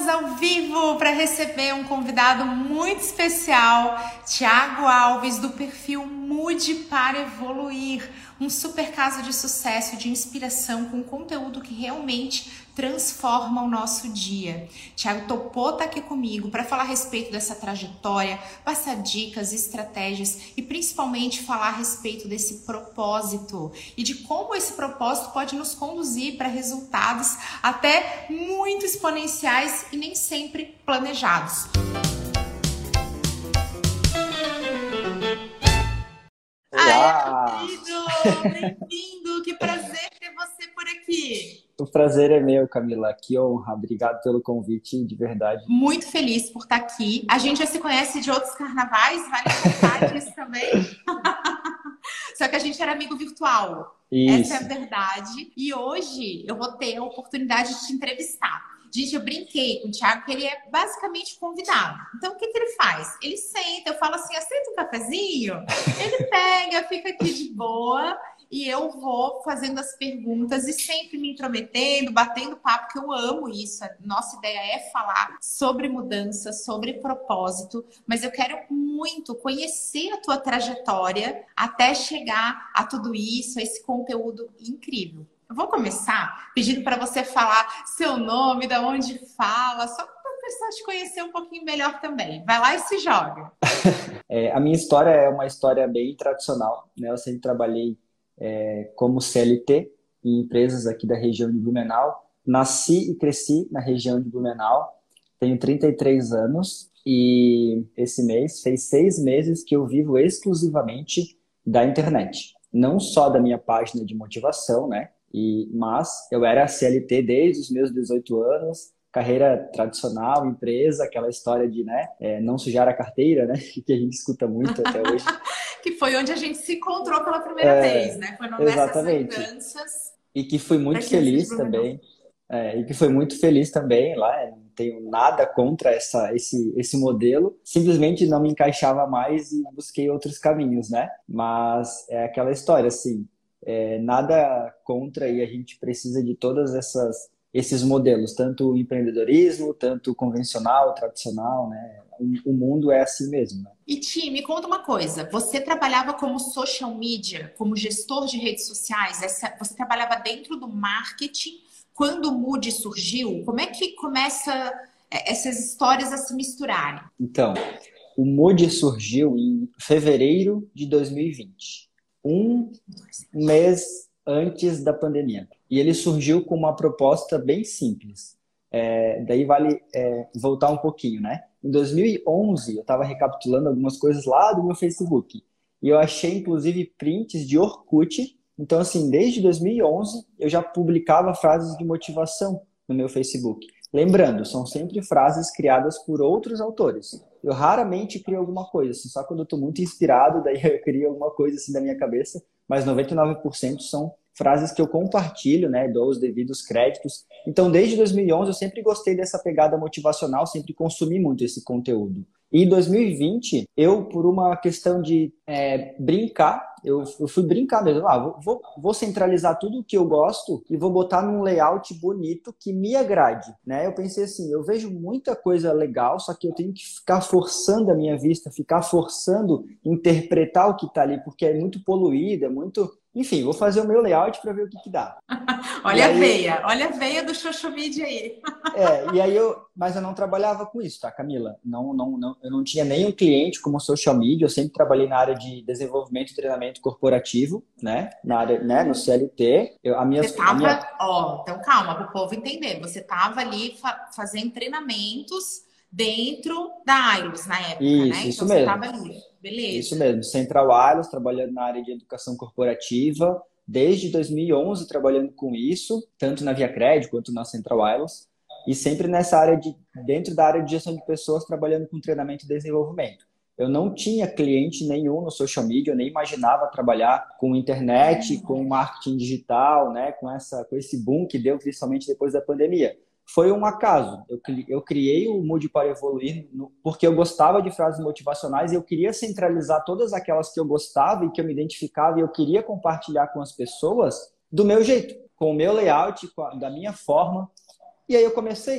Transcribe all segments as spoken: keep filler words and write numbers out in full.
Estamos ao vivo para receber um convidado muito especial, Thiago Alves, do perfil Mude para Evoluir. Um super caso de sucesso, de inspiração, com conteúdo que realmente transforma o nosso dia. Thiago topou estar aqui comigo para falar a respeito dessa trajetória, passar dicas, estratégias e principalmente falar a respeito desse propósito e de como esse propósito pode nos conduzir para resultados até muito exponenciais e nem sempre planejados. Olá! Ai, querido! Bem-vindo! Que prazer ter você por aqui! O prazer é meu, Camila. Que honra. Obrigado pelo convite, de verdade. Muito feliz por estar aqui. A gente já se conhece de outros carnavais, vale contar disso também. Só que a gente era amigo virtual. Isso. Essa é a verdade. E hoje eu vou ter a oportunidade de te entrevistar. Gente, eu brinquei com o Thiago que ele é basicamente convidado. Então, o que, que ele faz? Ele senta, eu falo assim, aceita um cafezinho? Ele pega, fica aqui de boa e eu vou fazendo as perguntas e sempre me intrometendo, batendo papo, que eu amo isso. A nossa ideia é falar sobre mudança, sobre propósito, mas eu quero muito conhecer a tua trajetória até chegar a tudo isso, a esse conteúdo incrível. Eu vou começar pedindo para você falar seu nome, de onde fala, só para o pessoal te conhecer um pouquinho melhor também. Vai lá e se joga. É, a minha história é uma história bem tradicional, né? Eu sempre trabalhei é, como C L T em empresas aqui da região de Blumenau. Nasci e cresci na região de Blumenau. Tenho trinta e três anos e esse mês fez seis meses que eu vivo exclusivamente da internet. Não só da minha página de motivação, né? E, mas eu era C L T desde os meus dezoito anos, carreira tradicional, empresa, aquela história de né, é, não sujar a carteira, né, que a gente escuta muito até hoje. Que foi onde a gente se encontrou pela primeira é, vez, né? Foi nessas lembranças. E que fui muito feliz também. É, e que foi muito feliz também lá. Não tenho nada contra essa, esse, esse modelo. Simplesmente não me encaixava mais e busquei outros caminhos, né? Mas é aquela história, assim. É, nada contra e a gente precisa de todas essas esses modelos, tanto o empreendedorismo, tanto o convencional, o tradicional, né? O, o mundo é assim mesmo, né? E Ti, me conta uma coisa, você trabalhava como social media, como gestor de redes sociais, essa, você trabalhava dentro do marketing quando o Mude surgiu? Como é que começa essas histórias a se misturarem? Então, o Mude surgiu em fevereiro de dois mil e vinte. Um mês antes da pandemia. E ele surgiu com uma proposta bem simples. É, daí vale é, voltar um pouquinho, né? Em dois mil e onze, eu estava recapitulando algumas coisas lá do meu Facebook. E eu achei, inclusive, prints de Orkut. Então, assim, desde dois mil e onze, eu já publicava frases de motivação no meu Facebook. Lembrando, são sempre frases criadas por outros autores. Eu raramente crio alguma coisa, assim, só quando eu estou muito inspirado, daí eu crio alguma coisa assim da minha cabeça, mas noventa e nove por cento são frases que eu compartilho, né, dou os devidos créditos. Então, desde dois mil e onze, eu sempre gostei dessa pegada motivacional, sempre consumi muito esse conteúdo. E em dois mil e vinte, eu, por uma questão de é, brincar, eu, eu fui brincar mesmo. Ah, vou, vou, vou centralizar tudo o que eu gosto e vou botar num layout bonito que me agrade, né? Eu pensei assim, eu vejo muita coisa legal, só que eu tenho que ficar forçando a minha vista, ficar forçando interpretar o que está ali, porque é muito poluído, é muito... Enfim, vou fazer o meu layout para ver o que, que dá. Olha aí... a veia, olha a veia do social media aí. É, e aí eu, mas eu não trabalhava com isso, tá, Camila? Não, não, não, eu não tinha nenhum cliente como social media, eu sempre trabalhei na área de desenvolvimento e treinamento corporativo, né? Na área, né, no C L T. Eu, a minha, você tava, a minha... ó, então calma, para o povo entender. Você tava ali fa fazendo treinamentos dentro da Ailos na época, isso, né? Isso então mesmo. Você tava ali. Beleza. Isso mesmo, Central Ailos, trabalhando na área de educação corporativa, desde dois mil e onze trabalhando com isso, tanto na ViaCred quanto na Central Ailos, e sempre nessa área de, dentro da área de gestão de pessoas, trabalhando com treinamento e desenvolvimento. Eu não tinha cliente nenhum no social media, eu nem imaginava trabalhar com internet, com marketing digital, né, com, essa, com esse boom que deu principalmente depois da pandemia. Foi um acaso. Eu, eu criei o Mude para Evoluir no, porque eu gostava de frases motivacionais e eu queria centralizar todas aquelas que eu gostava e que eu me identificava e eu queria compartilhar com as pessoas do meu jeito, com o meu layout, com a, da minha forma. E aí eu comecei.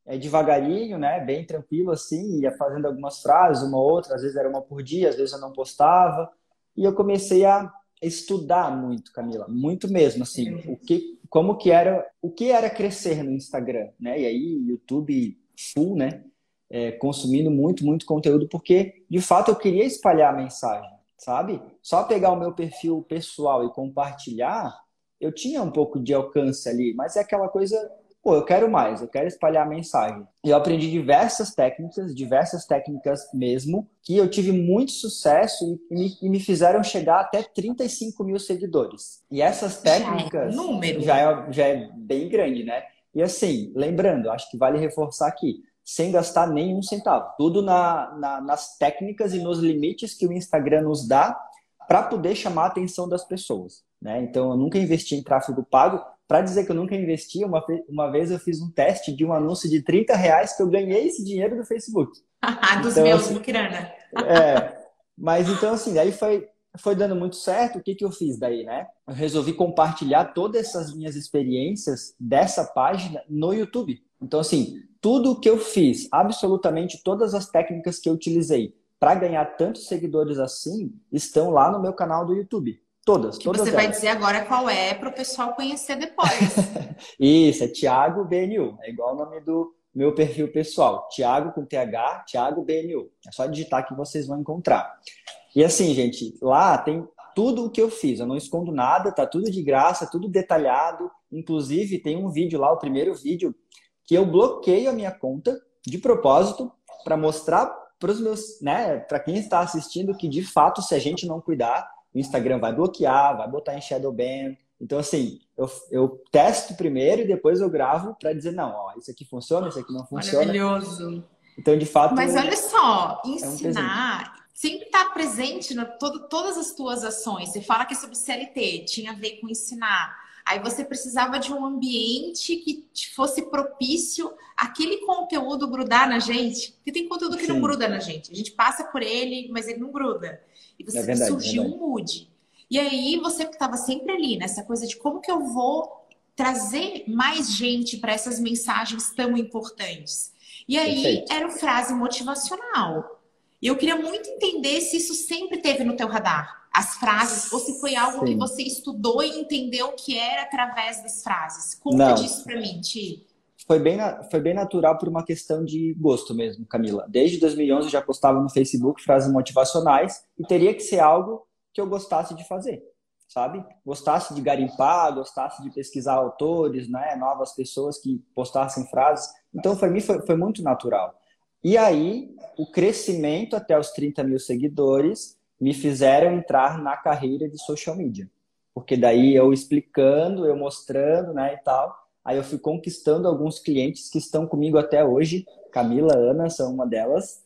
é, devagarinho, né? Bem tranquilo assim, ia fazendo algumas frases, uma ou outra, às vezes era uma por dia, às vezes eu não postava. E eu comecei a estudar muito, Camila, muito mesmo, assim, o que, como que era, o que era crescer no Instagram, né? E aí, YouTube full, né? É, consumindo muito, muito conteúdo, porque de fato eu queria espalhar a mensagem, sabe? Só pegar o meu perfil pessoal e compartilhar, eu tinha um pouco de alcance ali, mas é aquela coisa, pô, eu quero mais, eu quero espalhar a mensagem. E eu aprendi diversas técnicas, diversas técnicas mesmo, que eu tive muito sucesso e me, e me fizeram chegar até trinta e cinco mil seguidores. E essas Já é um técnicas já número. é, já é bem grande, né? E assim, lembrando, acho que vale reforçar aqui, sem gastar nenhum centavo. Tudo na, na, nas técnicas e nos limites que o Instagram nos dá para poder chamar a atenção das pessoas, né? Então, eu nunca investi em tráfego pago. Para dizer que eu nunca investi, uma, uma vez eu fiz um teste de um anúncio de trinta reais que eu ganhei esse dinheiro do Facebook. Dos Então, meus, assim, Muquirana. é... Mas, então, assim, daí foi, foi dando muito certo. O que, que eu fiz daí, né? Eu resolvi compartilhar todas essas minhas experiências dessa página no YouTube. Então, assim, tudo o que eu fiz, absolutamente todas as técnicas que eu utilizei para ganhar tantos seguidores assim, estão lá no meu canal do YouTube. Todas, Que você todas vai elas. dizer agora qual é para o pessoal conhecer depois. Isso, é Thiago B N U. É igual o nome do meu perfil pessoal. Thiago com T H, Thiago B N U. É só digitar que vocês vão encontrar. E assim, gente, lá tem tudo o que eu fiz. Eu não escondo nada, tá tudo de graça, tudo detalhado. Inclusive, tem um vídeo lá, o primeiro vídeo, que eu bloqueio a minha conta de propósito para mostrar para os meus, né, para quem está assistindo que de fato, se a gente não cuidar, o Instagram vai bloquear, vai botar em shadow ban. Então, assim, eu, eu testo primeiro e depois eu gravo para dizer, não, ó, isso aqui funciona, isso aqui não funciona. Maravilhoso. Então, de Mas fato, olha só, é um presente. ensinar sempre está presente em todo, todas as tuas ações. Você fala que é sobre C L T, tinha a ver com ensinar. Aí você precisava de um ambiente que te fosse propício aquele conteúdo grudar na gente. Porque tem conteúdo que não Sim, gruda na gente. A gente passa por ele, mas ele não gruda. E é você, verdade, é surgiu verdade. um mood. E aí você estava sempre ali, nessa coisa de como que eu vou trazer mais gente para essas mensagens tão importantes. E aí Perfeito. era frase motivacional. E eu queria muito entender se isso sempre teve no teu radar, as frases, ou se foi algo que Sim. você estudou e entendeu o que era através das frases. Conta Não, disso para mim, Ti. foi bem, na- foi bem natural por uma questão de gosto mesmo, Camila. Desde dois mil e onze eu já postava no Facebook frases motivacionais e teria que ser algo que eu gostasse de fazer, sabe? Gostasse de garimpar, gostasse de pesquisar autores, né? Novas pessoas que postassem frases. Então, para mim, foi, foi muito natural. E aí, o crescimento até os trinta mil seguidores me fizeram entrar na carreira de social media. Porque daí eu explicando, eu mostrando, né, e tal. Aí eu fui conquistando alguns clientes que estão comigo até hoje. Camila, Ana são uma delas.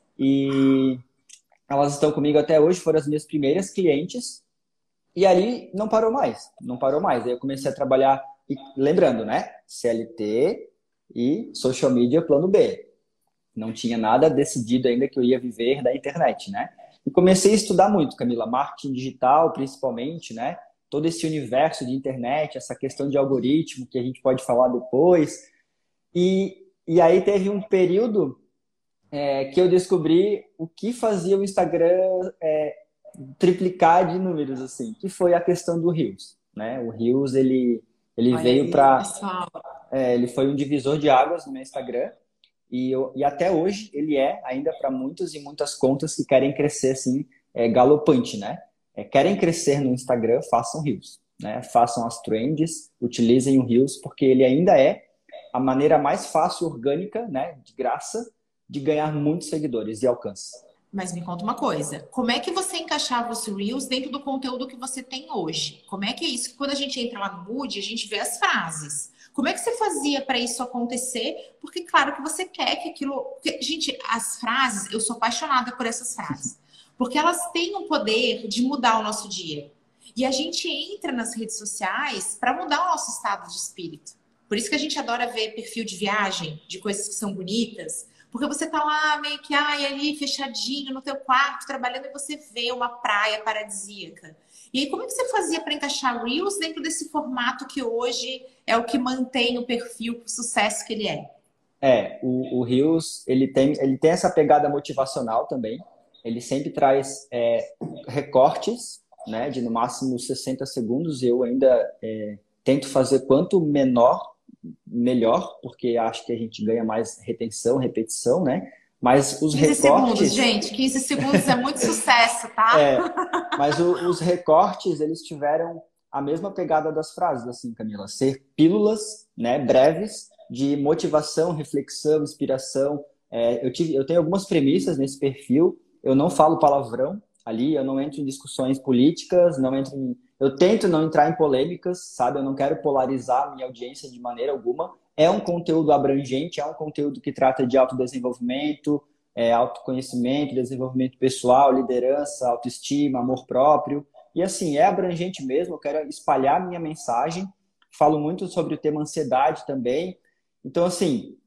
E elas estão comigo até hoje, foram as minhas primeiras clientes. E ali não parou mais, não parou mais. Aí eu comecei a trabalhar, e lembrando, né? C L T e social media plano B. Não tinha nada decidido ainda que eu ia viver da internet, né? E comecei a estudar muito, Camila, marketing digital, principalmente, né? Todo esse universo de internet, essa questão de algoritmo que a gente pode falar depois. E, e aí teve um período é, que eu descobri o que fazia o Instagram é, triplicar de números, assim, que foi a questão do Reels, né? O Reels, ele, ele Olha veio aí, para... pessoal. É, ele foi um divisor de águas no meu Instagram. E, eu, e até hoje ele é ainda para muitos e muitas contas que querem crescer assim, é, galopante, né? É, querem crescer no Instagram, façam Reels, né? Façam as trends, utilizem o Reels, porque ele ainda é a maneira mais fácil, orgânica, né? De graça, de ganhar muitos seguidores e alcance. Mas me conta uma coisa, como é que você encaixava os Reels dentro do conteúdo que você tem hoje? Como é que é isso? Quando a gente entra lá no Mood, a gente vê as frases. Como é que você fazia para isso acontecer? Porque claro que você quer que aquilo... Porque, gente, as frases, eu sou apaixonada por essas frases. Porque elas têm o poder de mudar o nosso dia. E a gente entra nas redes sociais para mudar o nosso estado de espírito. Por isso que a gente adora ver perfil de viagem, de coisas que são bonitas. Porque você tá lá meio que ai, ali fechadinho no teu quarto trabalhando e você vê uma praia paradisíaca. E aí como é que você fazia para encaixar Reels dentro desse formato que hoje é o que mantém o perfil pro sucesso que ele é? É, o, o Rios, ele tem, ele tem essa pegada motivacional também. Ele sempre traz é, recortes, né, de no máximo sessenta segundos. Eu ainda é, tento fazer quanto menor, melhor, porque acho que a gente ganha mais retenção, repetição, né? Mas os quinze segundos, recortes, gente. quinze segundos é muito sucesso, tá? é, mas o- os recortes, eles tiveram a mesma pegada das frases, assim, Camila. Ser pílulas, né, breves, de motivação, reflexão, inspiração. É, eu tive, eu tenho algumas premissas nesse perfil. Eu não falo palavrão ali, eu não entro em discussões políticas, não entro em, eu tento não entrar em polêmicas, sabe? Eu não quero polarizar a minha audiência de maneira alguma. É um conteúdo abrangente, é um conteúdo que trata de autodesenvolvimento, é, autoconhecimento, desenvolvimento pessoal, liderança, autoestima, amor próprio. E assim, é abrangente mesmo, eu quero espalhar a minha mensagem. Falo muito sobre o tema ansiedade também. Então, assim,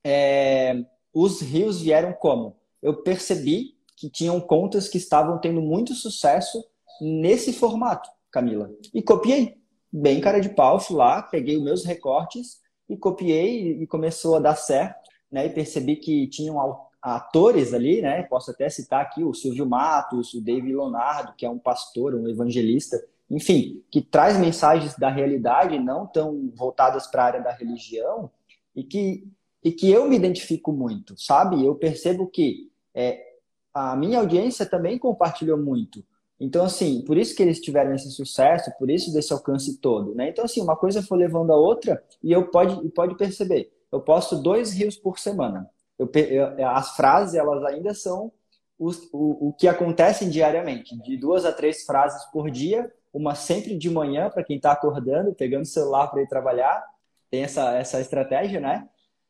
é, os rios vieram como? Eu percebi que tinham contas que estavam tendo muito sucesso nesse formato, Camila. E copiei. Bem cara de pau, fui lá, peguei os meus recortes e copiei e começou a dar certo, né? E percebi que tinham atores ali, né? Posso até citar aqui o Silvio Matos, o David Leonardo, que é um pastor, um evangelista, enfim, que traz mensagens da realidade não tão voltadas para a área da religião e que, e que eu me identifico muito, sabe? Eu percebo que é, a minha audiência também compartilhou muito. Então, assim, por isso que eles tiveram esse sucesso, por isso desse alcance todo, né? Então, assim, uma coisa foi levando a outra e eu pode, pode perceber, eu posto dois rios por semana. Eu, eu, as frases, elas ainda são os, o, o que acontecem diariamente, de duas a três frases por dia, uma sempre de manhã para quem está acordando, pegando o celular para ir trabalhar, tem essa, essa estratégia, né?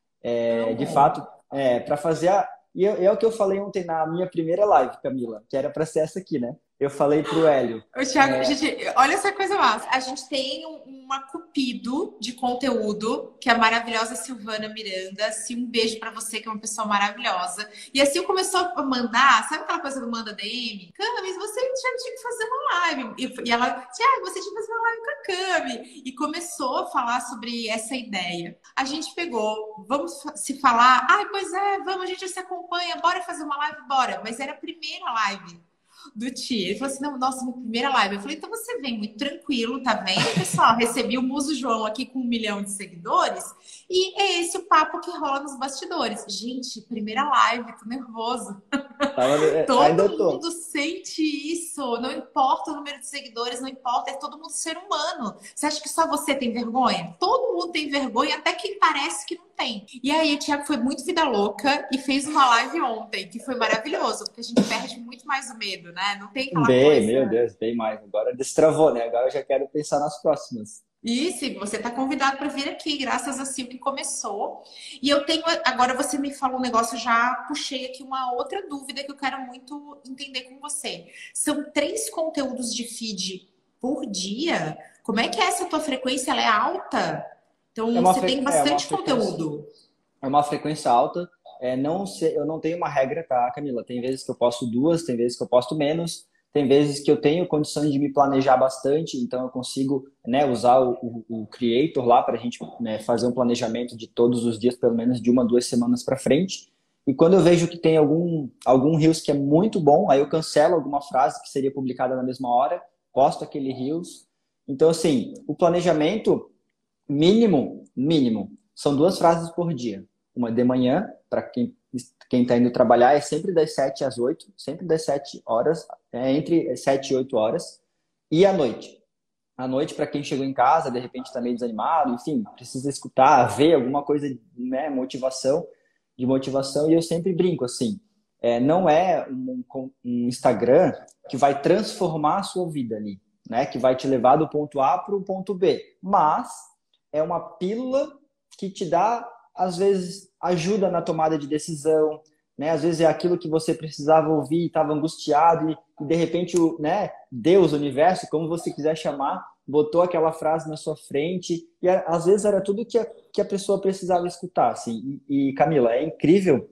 É, de Amo. fato, é, para fazer a... E é, é o que eu falei ontem na minha primeira live, Camila, que era para ser essa aqui, né? Eu falei pro Hélio. Ô, Thiago, gente, olha essa coisa massa. A gente tem um- uma cupido de conteúdo, que é a maravilhosa Silvana Miranda. Sim, um beijo pra você, que é uma pessoa maravilhosa. E assim começou a mandar, sabe aquela coisa do manda D M? Cami, você já tinha que fazer uma live. E, e ela, Thiago, você tinha que fazer uma live com a Cami. E começou a falar sobre essa ideia. A gente pegou, vamos se falar. Ai, pois é, vamos, a gente se acompanha, bora fazer uma live, bora. Mas era a primeira live do Tia. Ele falou assim: não, nossa, minha primeira live. Eu falei: então você vem muito tranquilo, tá vendo, pessoal? Recebi o Muso João aqui com um milhão de seguidores e é esse o papo que rola nos bastidores. Gente, primeira live, tô nervoso. Tava, ainda Todo tô. mundo sente isso. Não importa o número de seguidores, não importa, é todo mundo ser humano. Você acha que só você tem vergonha? Todo mundo tem vergonha, até quem parece que não tem. E aí, o Thiago foi muito vida louca e fez uma live ontem, que foi maravilhoso, porque a gente perde muito mais o medo, né? Não tem aquela Bem, meu coisa. Deus, bem mais. Agora destravou, né? Agora eu já quero pensar nas próximas. Isso, você está convidado para vir aqui, graças a Sil que começou. E eu tenho, agora você me falou um negócio, eu já puxei aqui uma outra dúvida que eu quero muito entender com você. São três conteúdos de feed por dia? Como é que é essa tua frequência? Ela é alta? Então É uma, você fre... tem é uma bastante frequência, conteúdo. é uma frequência alta. É, não sei, eu não tenho uma regra, tá, Camila? Tem vezes que eu posto duas, tem vezes que eu posto menos, tem vezes que eu tenho condições de me planejar bastante, então eu consigo, né, usar o, o, o Creator lá para a gente, né, fazer um planejamento de todos os dias, pelo menos de uma, duas semanas para frente. E quando eu vejo que tem algum, algum Reels que é muito bom, aí eu cancelo alguma frase que seria publicada na mesma hora, posto aquele Reels. Então, assim, o planejamento mínimo, mínimo, são duas frases por dia. Uma de manhã, para quem quem está indo trabalhar, é sempre das sete às oito, sempre das sete horas, é entre sete e oito horas. E à noite. À noite, para quem chegou em casa, de repente está meio desanimado, enfim, precisa escutar, ver alguma coisa, né, motivação, de motivação. E eu sempre brinco assim, é, não é um, um Instagram que vai transformar a sua vida ali, né, que vai te levar do ponto A para o ponto B, mas é uma pílula que te dá, às vezes, ajuda na tomada de decisão, né? Às vezes é aquilo que você precisava ouvir, estava angustiado e, e, de repente, o, né, Deus, o universo, como você quiser chamar, botou aquela frase na sua frente e às vezes era tudo que a, que a pessoa precisava escutar, assim. E, e Camila, é incrível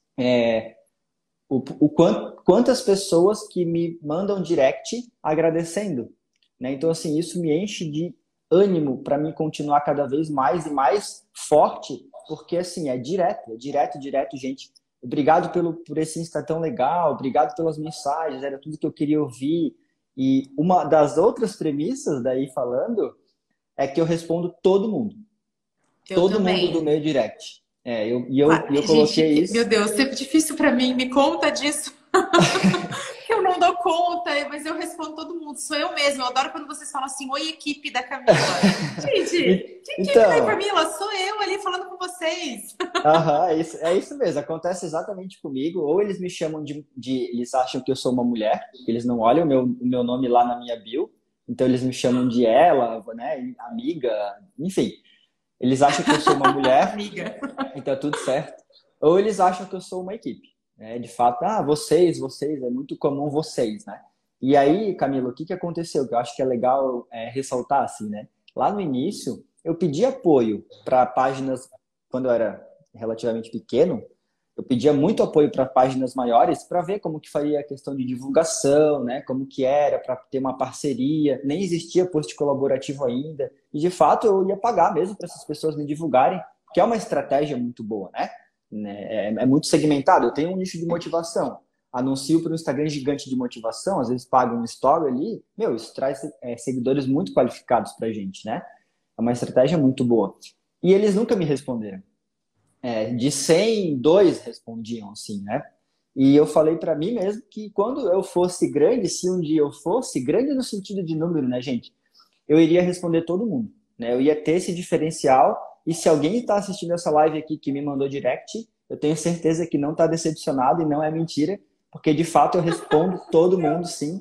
é, o, o quant, quantas pessoas que me mandam direct agradecendo, né? Então, assim, isso me enche de ânimo para mim continuar cada vez mais e mais forte porque assim, é direto, é direto, direto, gente. Obrigado pelo, por esse Insta tão legal, obrigado pelas mensagens, era tudo que eu queria ouvir. E uma das outras premissas daí falando é que eu respondo todo mundo. Eu Todo mundo do também. meu direct. É, eu, e eu, e eu coloquei Gente, meu isso. Deus, sempre difícil pra mim. Me conta disso. Que eu não dou conta, mas eu respondo todo mundo. Sou eu mesma. Eu adoro quando vocês falam assim, oi, equipe da Camila. Gente, E- que equipe da Então, Camila? Sou eu ali falando com vocês. aham, é isso, é isso mesmo. Acontece exatamente comigo. Ou eles me chamam de, de. Eles acham que eu sou uma mulher, eles não olham o meu, o meu nome lá na minha bio. Então eles me chamam de ela, né? Amiga, enfim. Eles acham que eu sou uma mulher, Amiga. então é tudo certo. Ou eles acham que eu sou uma equipe. Né? De fato, ah, vocês, vocês, é muito comum vocês, né? E aí, Camila, o que que aconteceu? Que eu acho que é legal é, ressaltar, assim, né? Lá no início, eu pedi apoio para páginas, quando eu era relativamente pequeno, eu pedia muito apoio para páginas maiores para ver como que faria a questão de divulgação, né? Como que era para ter uma parceria. Nem existia post colaborativo ainda. E de fato eu ia pagar mesmo para essas pessoas me divulgarem, que é uma estratégia muito boa, né? É, é muito segmentado. Eu tenho um nicho de motivação. Anuncio para um Instagram gigante de motivação, às vezes pago um story ali. Meu, isso traz é, seguidores muito qualificados para a gente, né? É uma estratégia muito boa. E eles nunca me responderam. É, de cem, dois respondiam assim, né? E eu falei para mim mesmo que quando eu fosse grande, se um dia eu fosse grande no sentido de número, né, gente? Eu iria responder todo mundo, né? Eu ia ter esse diferencial. E se alguém está assistindo essa live aqui que me mandou direct, eu tenho certeza que não está decepcionado e não é mentira, porque de fato eu respondo todo mundo, sim.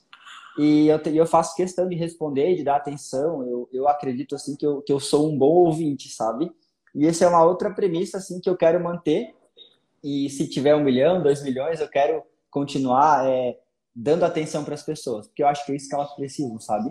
E eu, eu faço questão de responder, de dar atenção. Eu, eu acredito assim que eu, que eu sou um bom ouvinte, sabe? E essa é uma outra premissa assim que eu quero manter. E se tiver um milhão, dois milhões, eu quero continuar é, dando atenção para as pessoas, porque eu acho que é isso que elas precisam, sabe?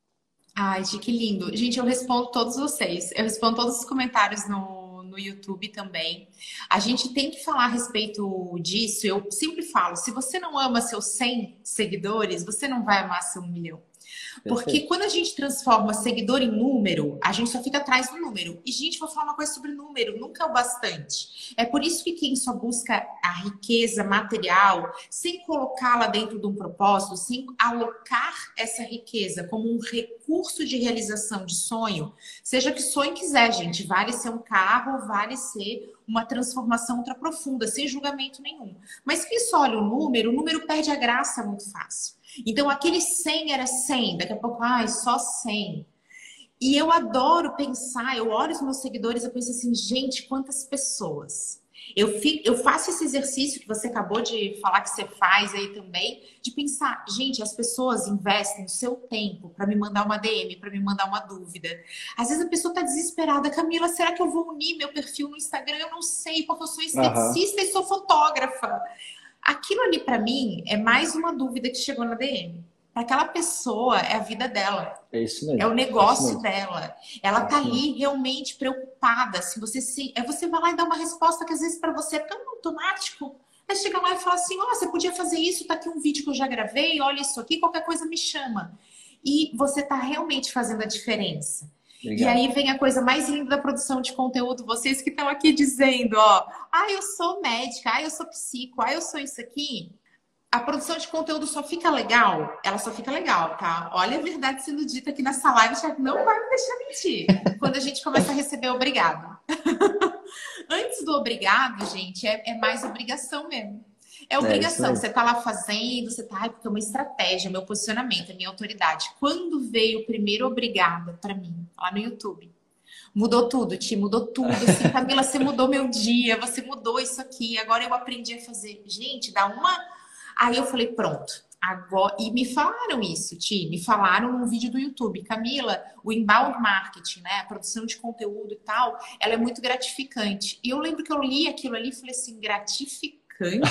Ai, Gi, que lindo. Gente, eu respondo todos vocês. Eu respondo todos os comentários no, no YouTube também. A gente tem que falar a respeito disso. Eu sempre falo, se você não ama seus cem seguidores, você não vai amar seu um milhão. Porque Perfeito. quando a gente transforma seguidor em número, a gente só fica atrás do número. E, gente, vou falar uma coisa sobre número, nunca é o bastante. É por isso que quem só busca a riqueza material, sem colocá-la dentro de um propósito, sem alocar essa riqueza como um recurso de realização de sonho, seja que sonho quiser, gente, vale ser um carro, vale ser uma transformação ultra profunda, sem julgamento nenhum. Mas quem só olha o número, o número perde a graça muito fácil. Então, aquele cem era cem, daqui a pouco, ai, só cem. E eu adoro pensar, eu olho os meus seguidores, eu penso assim, gente, quantas pessoas. Eu, fico, eu faço esse exercício que você acabou de falar que você faz aí também, de pensar, gente, as pessoas investem o seu tempo para me mandar uma D M, para me mandar uma dúvida. Às vezes a pessoa está desesperada, Camila, será que eu vou unir meu perfil no Instagram? Eu não sei, porque eu sou Aham. esteticista e sou fotógrafa. Aquilo ali para mim é mais uma dúvida que chegou na D M. Para aquela pessoa é a vida dela, É isso é o mesmo. É isso negócio mesmo. dela. Ela É tá isso mesmo. ali realmente preocupada. Se você se, é você vai lá e dá uma resposta que às vezes para você é tão automático. Aí chega lá e fala assim: "Ó, oh, você podia fazer isso, tá aqui um vídeo que eu já gravei, olha isso aqui, qualquer coisa me chama". E você tá realmente fazendo a diferença. E Obrigado. aí vem a coisa mais linda da produção de conteúdo, vocês que estão aqui dizendo, ó, ah, eu sou médica, ah, eu sou psico, ah, eu sou isso aqui. A produção de conteúdo só fica legal, ela só fica legal, tá? Olha a verdade sendo dita aqui nessa live, o Thiago não vai me deixar mentir. Quando a gente começa a receber obrigado. Antes do obrigado, gente, é, é mais obrigação mesmo. É É isso obrigação. mesmo. Você tá lá fazendo, você tá, ai, porque é uma estratégia, meu posicionamento, é minha autoridade. Quando veio o primeiro obrigado pra mim, lá no YouTube, mudou tudo, Ti, mudou tudo. Assim, Camila, você mudou meu dia, você mudou isso aqui, agora eu aprendi a fazer. Gente, dá uma. Aí eu falei, pronto. Agora, e me falaram isso, Ti, me falaram num vídeo do YouTube. Camila, o inbound marketing, né, a produção de conteúdo e tal, ela é muito gratificante. E eu lembro que eu li aquilo ali e falei assim, gratificante?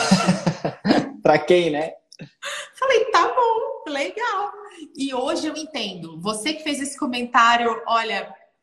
Para quem, né? Falei, tá bom, legal. E hoje eu entendo. Você que fez esse comentário, olha,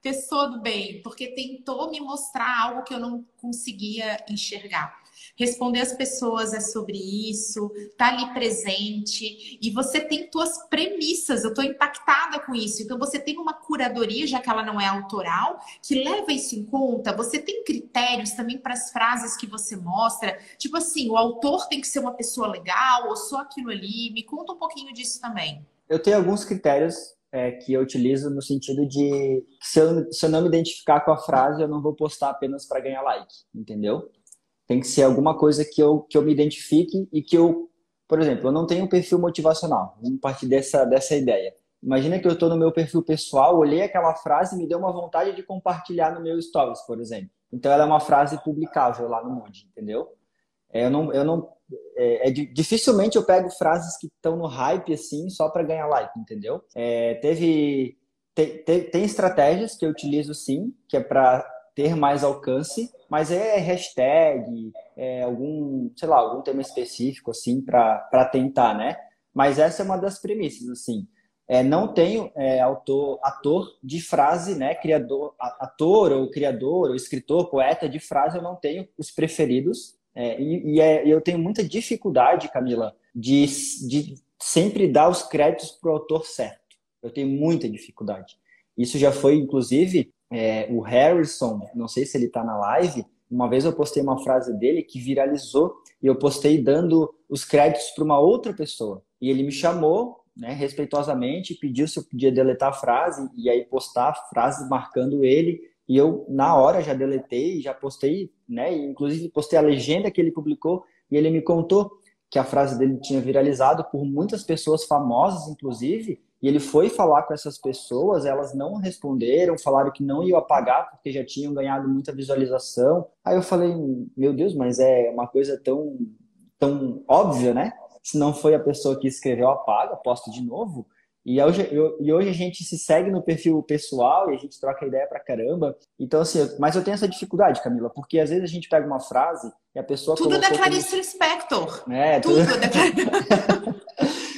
pessoa do bem, porque tentou me mostrar algo que eu não conseguia enxergar. Responder as pessoas é sobre isso, tá ali presente, e você tem tuas premissas, eu tô impactada com isso. Então você tem uma curadoria, já que ela não é autoral, que leva isso em conta. Você tem critérios também para as frases que você mostra, tipo assim, o autor tem que ser uma pessoa legal, ou só aquilo ali. Me conta um pouquinho disso também. Eu tenho alguns critérios é, que eu utilizo no sentido de que se eu, se eu não me identificar com a frase, eu não vou postar apenas para ganhar like, entendeu? Tem que ser alguma coisa que eu, que eu me identifique e que eu, por exemplo, eu não tenho um perfil motivacional. Vamos partir dessa, dessa ideia. Imagina que eu estou no meu perfil pessoal, olhei aquela frase e me deu uma vontade de compartilhar no meu stories, por exemplo. Então ela é uma frase publicável lá no Mood, entendeu? É, eu não, eu não, é, é, dificilmente eu pego frases que estão no hype assim só para ganhar like, entendeu? É, teve, te, te, tem estratégias que eu utilizo sim, que é para ter mais alcance, mas é hashtag, é algum, sei lá, algum tema específico, assim, para tentar, né? Mas essa é uma das premissas, assim. É, não tenho é, autor, ator de frase, né? Criador, ator ou criador ou escritor, poeta de frase, eu não tenho os preferidos. É, e, e é, eu tenho muita dificuldade, Camila, de, de sempre dar os créditos para o autor certo. Eu tenho muita dificuldade. Isso já foi, inclusive... É, o Harrison, não sei se ele está na live, uma vez eu postei uma frase dele que viralizou e eu postei dando os créditos para uma outra pessoa. E ele me chamou, né, respeitosamente, pediu se eu podia deletar a frase e aí postar a frase marcando ele. E eu, na hora, já deletei, já postei, né, e inclusive postei a legenda que ele publicou e ele me contou que a frase dele tinha viralizado por muitas pessoas famosas, inclusive, e ele foi falar com essas pessoas, elas não responderam, falaram que não iam apagar porque já tinham ganhado muita visualização. Aí eu falei, meu Deus, mas é uma coisa tão, tão óbvia, né? Se não foi a pessoa que escreveu, apaga, posto de novo. E hoje, eu, e hoje a gente se segue no perfil pessoal e a gente troca ideia pra caramba. Então, assim, eu, mas eu tenho essa dificuldade, Camila, porque às vezes a gente pega uma frase e a pessoa Tudo da Clarice como... Lispector. É, tudo, tudo da Clarice.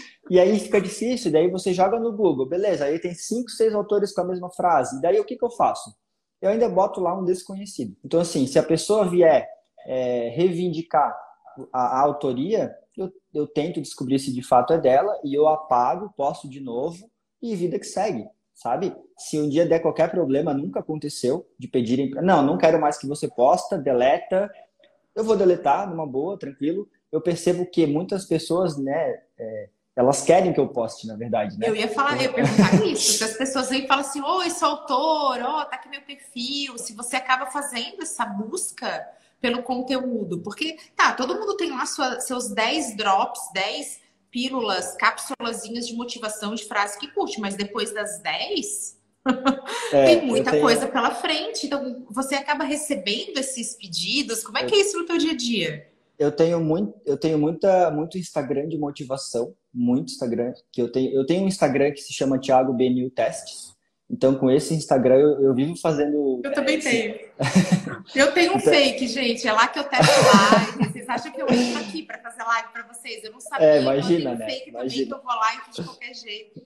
E aí fica difícil, daí você joga no Google, beleza, aí tem cinco, seis autores com a mesma frase, daí o que, que eu faço? Eu ainda boto lá um desconhecido. Então, assim, se a pessoa vier é, reivindicar a, a autoria, eu, eu tento descobrir se de fato é dela e eu apago, posto de novo e vida que segue, sabe? Se um dia der qualquer problema, nunca aconteceu de pedirem, pra... não, não quero mais que você posta, deleta, eu vou deletar numa boa, tranquilo. Eu percebo que muitas pessoas, né, é, elas querem que eu poste, na verdade, né? Eu ia falar, eu ia perguntar isso. Se as pessoas vêm e falam assim, oi, sou autor, ó, tá aqui meu perfil. Se você acaba fazendo essa busca pelo conteúdo. Porque, tá, todo mundo tem lá sua, seus dez drops, dez pílulas, cápsulazinhas de motivação de frase que curte. Mas depois das dez, É, tem eu muita tenho, coisa pela frente. Então, você acaba recebendo esses pedidos. Como é que é isso no teu dia a dia? eu tenho muito, eu tenho muita, muito Instagram de motivação, muito Instagram que eu tenho. Eu tenho um Instagram que se chama Thiago B New Testes. Então, com esse Instagram, eu, eu vivo fazendo. Eu É, também esse... tenho. Eu tenho um então, fake, gente. É lá que eu testo live. Vocês acham que eu entro aqui para fazer live para vocês? Eu não sabia. é, Então eu imagina, tenho um né? fake também, Imagina. que eu vou lá e fiz de qualquer jeito.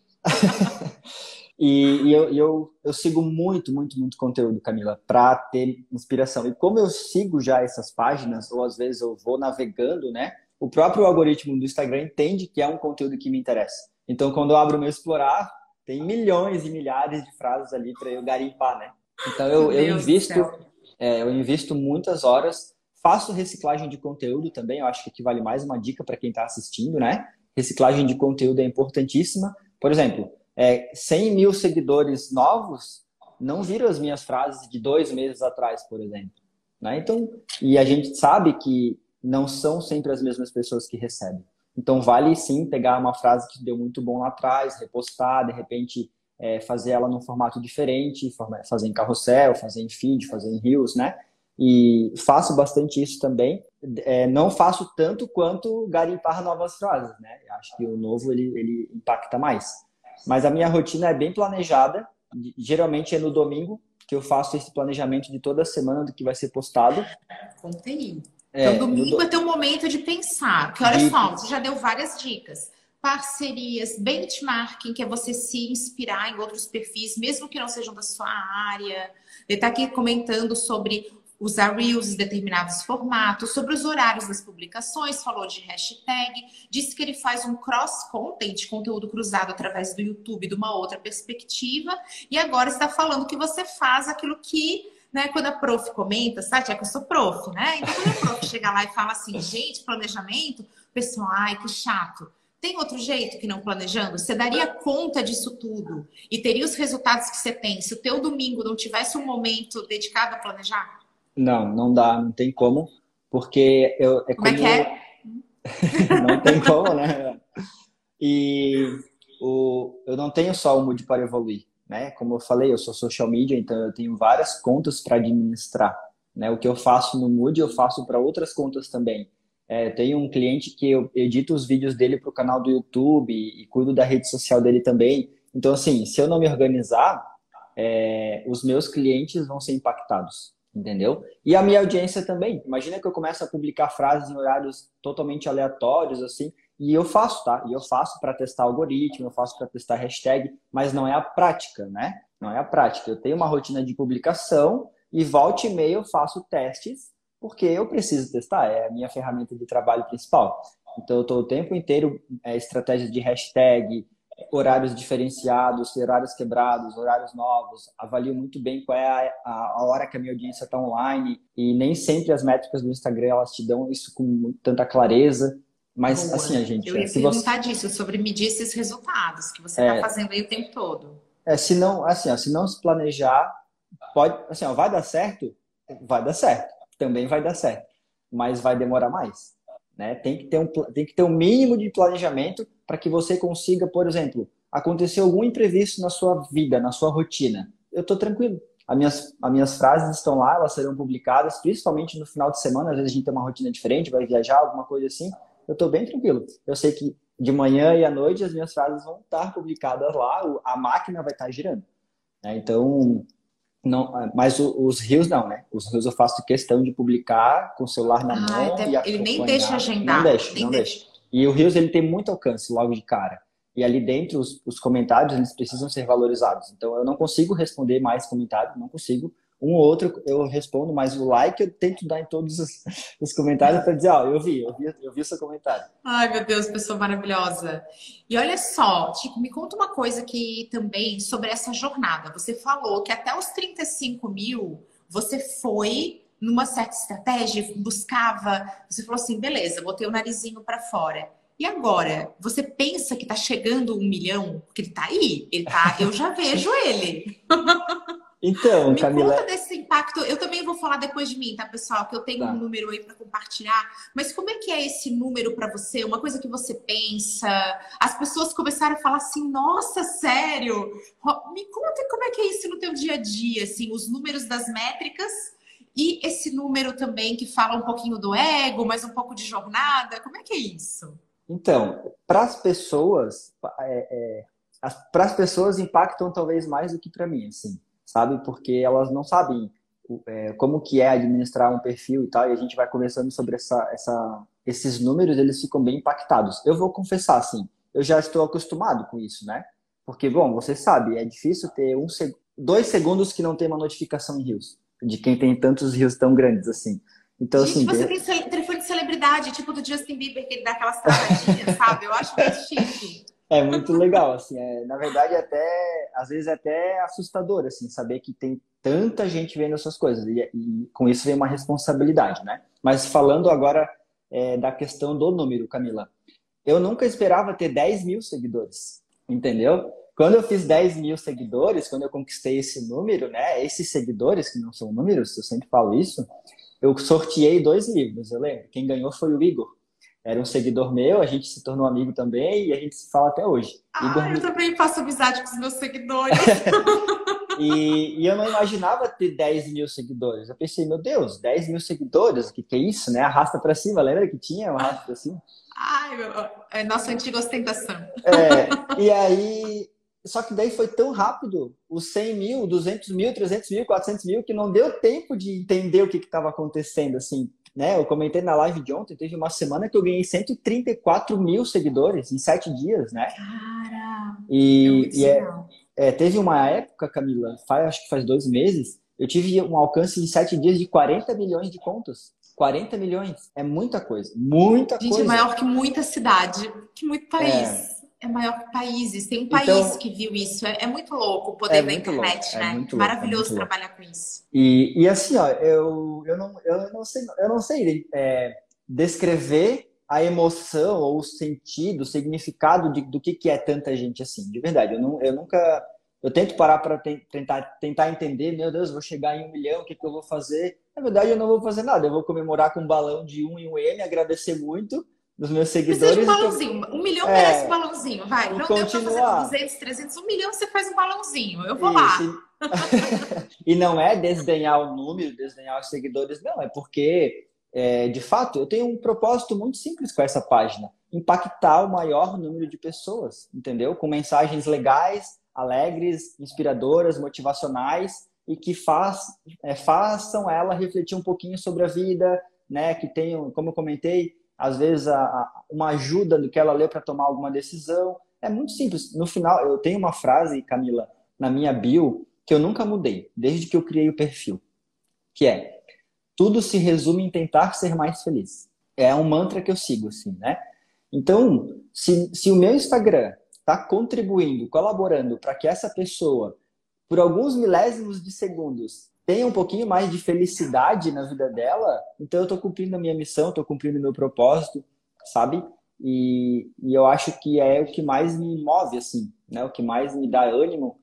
E, e eu, eu, eu sigo muito, muito, muito conteúdo, Camila, para ter inspiração. E como eu sigo já essas páginas, ou às vezes eu vou navegando, né? O próprio algoritmo do Instagram entende que é um conteúdo que me interessa. Então, quando eu abro o meu Explorar, tem milhões e milhares de frases ali para eu garimpar, né? Então, eu, Meu eu Deus do invisto, céu. é, eu invisto muitas horas, faço reciclagem de conteúdo também, eu acho que aqui vale mais uma dica para quem está assistindo, né? Reciclagem de conteúdo é importantíssima. Por exemplo, é, cem mil seguidores novos não viram as minhas frases de dois meses atrás, por exemplo. Né? Então, e a gente sabe que não são sempre as mesmas pessoas que recebem. Então, vale sim pegar uma frase que deu muito bom lá atrás, repostar, de repente é, fazer ela num formato diferente, fazer em carrossel, fazer em feed, fazer em reels, né? E faço bastante isso também. É, não faço tanto quanto garimpar novas frases, né? Acho que o novo, ele, ele impacta mais. Mas a minha rotina é bem planejada. Geralmente é no domingo que eu faço esse planejamento de toda semana do que vai ser postado. Contei. Então, É, no domingo é do... teu momento de pensar. Porque olha de... só, você já deu várias dicas. parcerias, benchmarking, que é você se inspirar em outros perfis, mesmo que não sejam da sua área. Ele está aqui comentando sobre usar Reels em determinados formatos, sobre os horários das publicações, falou de hashtag, disse que ele faz um cross-content, conteúdo cruzado através do YouTube, de uma outra perspectiva, e agora está falando que você faz aquilo que, né, quando a prof comenta, sabe, é que eu sou prof, né? Então quando a prof chega lá e fala assim, gente, planejamento, o pessoal, ai, que chato. Tem outro jeito que não planejando? Você daria conta disso tudo e teria os resultados que você tem se o teu domingo não tivesse um momento dedicado a planejar? Não, não dá, não tem como, porque eu, é Como é como... que é? Não tem como, né? E o, eu não tenho só o Mood para evoluir, né? Como eu falei, eu sou social media, então eu tenho várias contas para administrar, né? O que eu faço no Mood, eu faço para outras contas também. É, tenho um cliente que eu edito os vídeos dele para o canal do YouTube e, e cuido da rede social dele também. Então, assim, se eu não me organizar, é, os meus clientes vão ser impactados, entendeu? E a minha audiência também. Imagina que eu começo a publicar frases em horários totalmente aleatórios, assim, e eu faço, tá? E eu faço para testar algoritmo, eu faço para testar hashtag, mas não é a prática, né? Não é a prática. Eu tenho uma rotina de publicação e volta e meia eu faço testes porque eu preciso testar, é a minha ferramenta de trabalho principal. Então, eu estou o tempo inteiro é, estratégias de hashtag, horários diferenciados, horários quebrados, horários novos. Avalio muito bem qual é a, a hora que a minha audiência está online e nem sempre as métricas do Instagram elas te dão isso com tanta clareza. Mas, Boa. assim, a gente... Eu ia se você, perguntar disso, sobre medir esses resultados que você está fazendo aí o tempo todo. é, se não, assim, ó, se não se planejar, pode, assim, ó, vai dar certo? Vai dar certo. Também vai dar certo. Mas vai demorar mais. Né? Tem que ter um, tem que ter um mínimo de planejamento para que você consiga, por exemplo, acontecer algum imprevisto na sua vida, na sua rotina. Eu estou tranquilo. As minhas, as minhas frases estão lá, elas serão publicadas, principalmente no final de semana. Às vezes a gente tem uma rotina diferente, vai viajar, alguma coisa assim. Eu estou bem tranquilo. Eu sei que de manhã e à noite as minhas frases vão estar publicadas lá, a máquina vai estar girando. Né? Então, não, mas os rios não, né? Os rios eu faço questão de publicar com o celular na Ah, mão até e ele nem deixa acompanhar. Não agendar. deixa, Nem não deixa. deixa. E o Rios ele tem muito alcance logo de cara. E ali dentro os, os comentários eles precisam ser valorizados. Então eu não consigo responder mais comentários, não consigo. Um ou outro eu respondo, mas o like eu tento dar em todos os, os comentários para dizer, ó, eu vi, eu vi, eu vi o seu comentário. Ai, meu Deus, pessoa maravilhosa. E olha só, Tico, me conta uma coisa que também sobre essa jornada. Você falou que até os trinta e cinco mil você foi numa certa estratégia, buscava. Você falou assim, beleza, botei o narizinho para fora. E agora, você pensa que tá chegando um milhão? Porque ele tá aí, ele tá, eu já vejo ele. Então, Me Camila, conta desse impacto. Eu também vou falar depois de mim, tá, pessoal? Que eu tenho um tá. número aí para compartilhar. Mas como é que é esse número para você? Uma coisa que você pensa? As pessoas começaram a falar assim: "Nossa, sério? Me conta como é que é isso no teu dia a dia, assim, os números das métricas e esse número também que fala um pouquinho do ego, mas um pouco de jornada. Como é que é isso?" Então, para as pessoas, é, é, para as pessoas impactam talvez mais do que para mim, assim, sabe? Porque elas não sabem é, como que é administrar um perfil e tal, e a gente vai conversando sobre essa, essa, esses números, eles ficam bem impactados. Eu vou confessar, assim, eu já estou acostumado com isso, né? Porque, bom, você sabe, é difícil ter um, dois segundos que não tem uma notificação em Reels, de quem tem tantos Reels tão grandes assim. Então, Gente, assim, você tem cele- telefone de celebridade, tipo do Justin Bieber, que ele dá aquelas travadinhas, sabe? Eu acho muito chique. é muito legal, assim, é, na verdade, até, às vezes é até assustador, assim, saber que tem tanta gente vendo essas coisas, e, e com isso vem uma responsabilidade, né? Mas falando agora é, da questão do número, Camila, eu nunca esperava ter dez mil seguidores, entendeu? Quando eu fiz dez mil seguidores, quando eu conquistei esse número, né? Esses seguidores, que não são números, eu sempre falo isso, eu sorteei dois livros, eu lembro. Quem ganhou foi o Igor. Era um seguidor meu, a gente se tornou amigo também e a gente se fala até hoje. Igor Ah, eu me... também faço amizade com os meus seguidores. e, e eu não imaginava ter dez mil seguidores. Eu pensei, meu Deus, dez mil seguidores, o que, que é isso, né? Arrasta pra cima, lembra que tinha um arrasta pra cima? Ai, meu, é nossa antiga ostentação. É, e aí, só que daí foi tão rápido, os cem mil, duzentos mil, trezentos mil, quatrocentos mil, que não deu tempo de entender o que estava acontecendo, assim. né? Eu comentei na live de ontem, teve uma semana que eu ganhei cento e trinta e quatro mil seguidores em sete dias, né? Cara, é E, muito e é, surreal. é, teve uma época, Camila, faz, acho que faz dois meses, eu tive um alcance em sete dias de quarenta milhões de contas. Quarenta milhões. É muita coisa. Muita Gente, é coisa. maior que muita cidade, que muito É, país. É maior que países. Tem um país então, que viu isso. É, é muito louco o é poder da muito louco. internet, É né? muito louco. É muito Maravilhoso louco. trabalhar com isso. E, e assim, ó, eu, eu, não, eu não sei, eu não sei é, descrever a emoção ou o sentido, o significado de, do que, que é tanta gente assim, de verdade. Eu, não, eu nunca. Eu tento parar para tentar, tentar entender, meu Deus, vou chegar em um milhão, o que, que eu vou fazer? Na verdade, eu não vou fazer nada. Eu vou comemorar com um balão de um em um M, agradecer muito dos meus Precisa de um seguidores e, to- balãozinho. Um milhão merece um é, balãozinho. Vai, e não deu para fazer com continuar. duzentos, trezentos, um milhão você faz um balãozinho. Eu vou Isso. lá. E e não é desdenhar o número, desdenhar os seguidores, não. É porque, é, de fato, eu tenho um propósito muito simples com essa página: impactar o maior número de pessoas, entendeu? Com mensagens legais, alegres, inspiradoras, motivacionais e que faz, é, façam ela refletir um pouquinho sobre a vida, né? Que tenham, como eu comentei, às vezes a, a, uma ajuda do que ela leu para tomar alguma decisão. É muito simples. No final, eu tenho uma frase, Camila, na minha bio que eu nunca mudei, desde que eu criei o perfil, que é: tudo se resume em tentar ser mais feliz. É um mantra que eu sigo, assim, né? Então, se, se o meu Instagram está contribuindo, colaborando para que essa pessoa, por alguns milésimos de segundos, tenha um pouquinho mais de felicidade na vida dela, então eu estou cumprindo a minha missão, estou cumprindo o meu propósito, sabe? E, e eu acho que é o que mais me move, assim, né? O que mais me dá ânimo.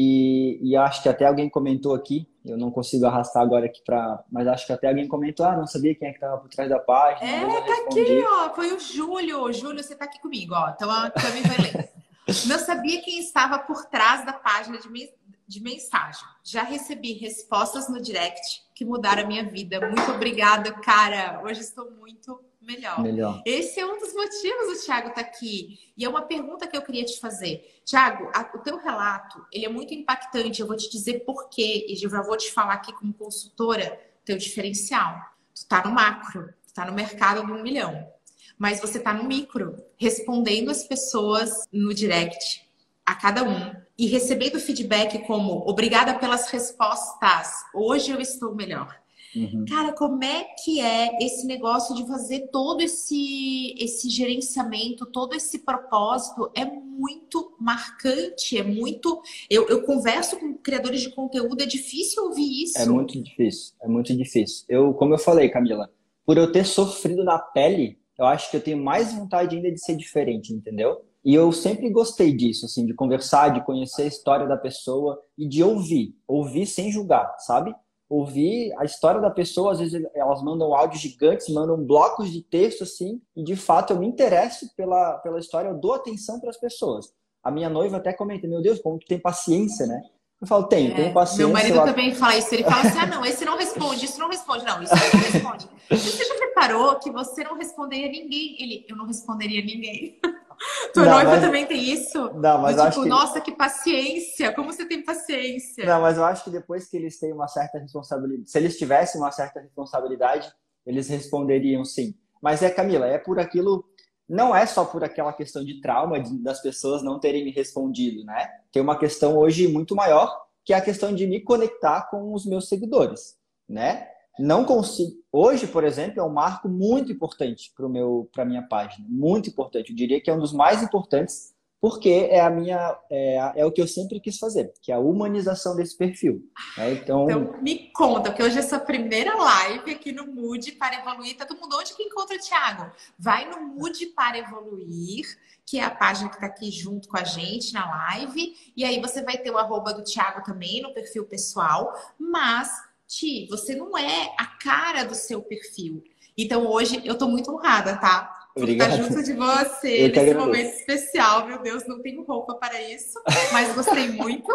E, e acho que até alguém comentou aqui, eu não consigo arrastar agora aqui para, mas acho que até alguém comentou: ah, não sabia quem é que estava por trás da página. Uma vez É, eu tá aqui, respondi. ó. Foi o Júlio. Júlio, você tá aqui comigo, ó. Então a Cami vai ler. Não sabia quem estava por trás da página de, men- de mensagem. Já recebi respostas no direct que mudaram a minha vida. Muito obrigada, cara. Hoje estou muito melhor. Melhor. Esse é um dos motivos do Thiago estar aqui. E é uma pergunta que eu queria te fazer. Thiago, a- o teu relato, ele é muito impactante. Eu vou te dizer por quê. E eu já vou te falar aqui como consultora, teu diferencial. Tu tá no macro, tu tá no mercado de um milhão. Mas você tá no micro, respondendo as pessoas no direct, a cada um, e recebendo feedback como: obrigada pelas respostas, hoje eu estou melhor. Uhum. Cara, como é que é esse negócio de fazer todo esse, esse gerenciamento, todo esse propósito? É muito marcante, é muito. Eu, eu converso com criadores de conteúdo, é difícil ouvir É isso. muito difícil, é muito difícil. Eu, como eu falei, Camila, por eu ter sofrido na pele, eu acho que eu tenho mais vontade ainda de ser diferente, entendeu? E eu sempre gostei disso, assim, de conversar, de conhecer a história da pessoa e de ouvir, ouvir sem julgar, sabe? Ouvir a história da pessoa, às vezes elas mandam áudios gigantes, mandam blocos de texto, assim, e de fato eu me interesso pela, pela história, eu dou atenção para as pessoas. A minha noiva até comenta: meu Deus, como tu tem paciência, né? Eu falo: tenho, tenho É, meu paciência, marido eu também fala isso. Ele fala assim: ah, não, esse não responde, isso não responde. Não, isso aqui responde. Você já reparou que você não responderia a ninguém? Ele: eu não responderia a ninguém. Tua Não, noiva mas, também tem isso? não, Do mas eu acho tipo, que, nossa, que paciência! Como você tem não, paciência? mas eu acho que depois que eles têm uma certa responsabilidade, se eles tivessem uma certa responsabilidade, eles responderiam sim. Mas é, Camila, é por aquilo, não é só por aquela questão de trauma de- das pessoas não terem me respondido, né? Tem uma questão hoje muito maior, que é a questão de me conectar com os meus seguidores, né? Não consigo. Hoje, por exemplo, é um marco muito importante para o meu, para minha página, muito importante. Eu diria que é um dos mais importantes, porque é a minha, é, é o que eu sempre quis fazer, que é a humanização desse perfil, né? Então, Então, me conta, porque hoje é sua primeira live aqui no Mude para Evoluir. Tá todo mundo onde que encontra o Thiago? Vai no Mude para Evoluir, que é a página que está aqui junto com a gente na live. E aí você vai ter o arroba do Thiago também no perfil pessoal. Mas, Ti, você não é a cara do seu perfil. Então, hoje eu tô muito honrada, tá? Por estar junto obrigado. de você Eu que nesse momento agradeço. especial. Meu Deus, não tenho roupa para isso, mas gostei muito.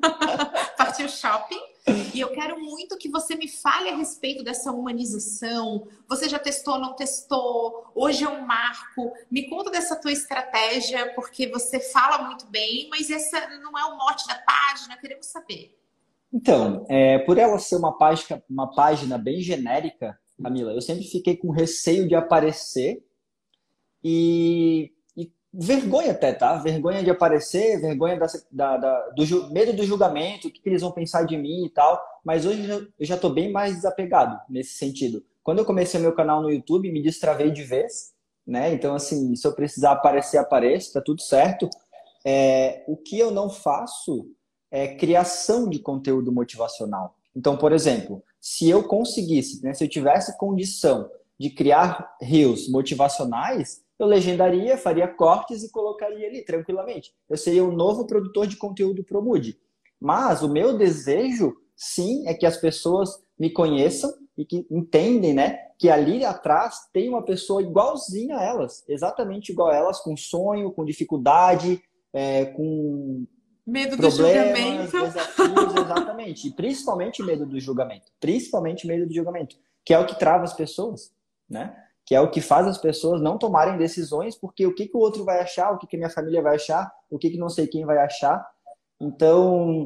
Partiu shopping. E eu quero muito que você me fale a respeito dessa humanização. Você já testou, não testou? Hoje é um marco. Me conta dessa tua estratégia, porque você fala muito bem, mas essa não é o mote da página. Queremos saber. Então, é, por ela ser uma página, uma página bem genérica, Camila, eu sempre fiquei com receio de aparecer e, e vergonha até, tá? Vergonha de aparecer, vergonha da, da, da- do ju- medo do julgamento, o que, que eles vão pensar de mim e tal. Mas hoje eu já- eu já tô bem mais desapegado nesse sentido. Quando eu comecei meu canal no YouTube, me destravei de vez, né? Então, assim, se eu precisar aparecer, apareço, tá tudo certo. É, o que eu não faço é criação de conteúdo motivacional. Então, por exemplo, se eu conseguisse, né, se eu tivesse condição de criar reels motivacionais, eu legendaria, faria cortes e colocaria ali tranquilamente. Eu seria um novo produtor de conteúdo pro Mood. Mas o meu desejo, sim, é que as pessoas me conheçam e que entendem, né, que ali atrás tem uma pessoa igualzinha a elas, exatamente igual a elas, com sonho, com dificuldade, é, com Medo do problemas, julgamento. desafios, exatamente. E principalmente medo do julgamento. Principalmente medo do julgamento, que é o que trava as pessoas, né? Que é o que faz as pessoas não tomarem decisões, porque o que, que o outro vai achar, o que, que a minha família vai achar, o que, que não sei quem vai achar. Então,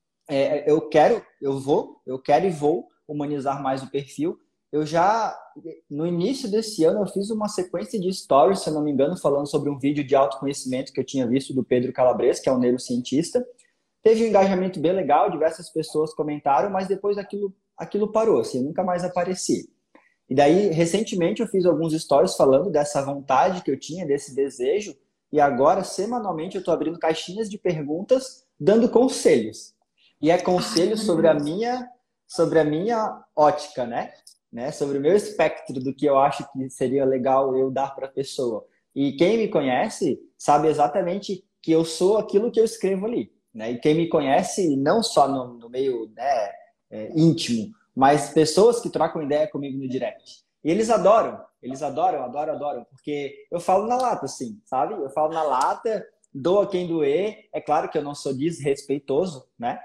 é, eu quero, eu vou, eu quero e vou humanizar mais o perfil. Eu já, no início desse ano, eu fiz uma sequência de stories, se eu não me engano, falando sobre um vídeo de autoconhecimento que eu tinha visto do Pedro Calabres, que é um neurocientista. Teve um engajamento bem legal, diversas pessoas comentaram, mas depois aquilo, aquilo parou, assim, eu nunca mais apareci. E daí, recentemente, eu fiz alguns stories falando dessa vontade que eu tinha, desse desejo, e agora, semanalmente, eu estou abrindo caixinhas de perguntas, dando conselhos. E é Ai, conselho sobre a maravilhoso. minha, sobre a minha ótica, né? né? Sobre o meu espectro do que eu acho que seria legal eu dar para a pessoa. E quem me conhece sabe exatamente que eu sou aquilo que eu escrevo ali, né? E quem me conhece não só no, no meio, né, é, íntimo, mas pessoas que trocam ideia comigo no direct. E eles adoram, eles adoram, adoram, adoram, porque eu falo na lata, assim, sabe? Eu falo na lata, doa quem doer. É claro que eu não sou desrespeitoso, né?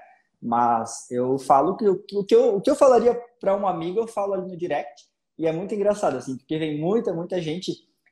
Mas eu falo que o que, que, eu, o que eu falaria para um amigo, eu falo ali no direct. E é muito engraçado, assim, porque vem muita, muita gente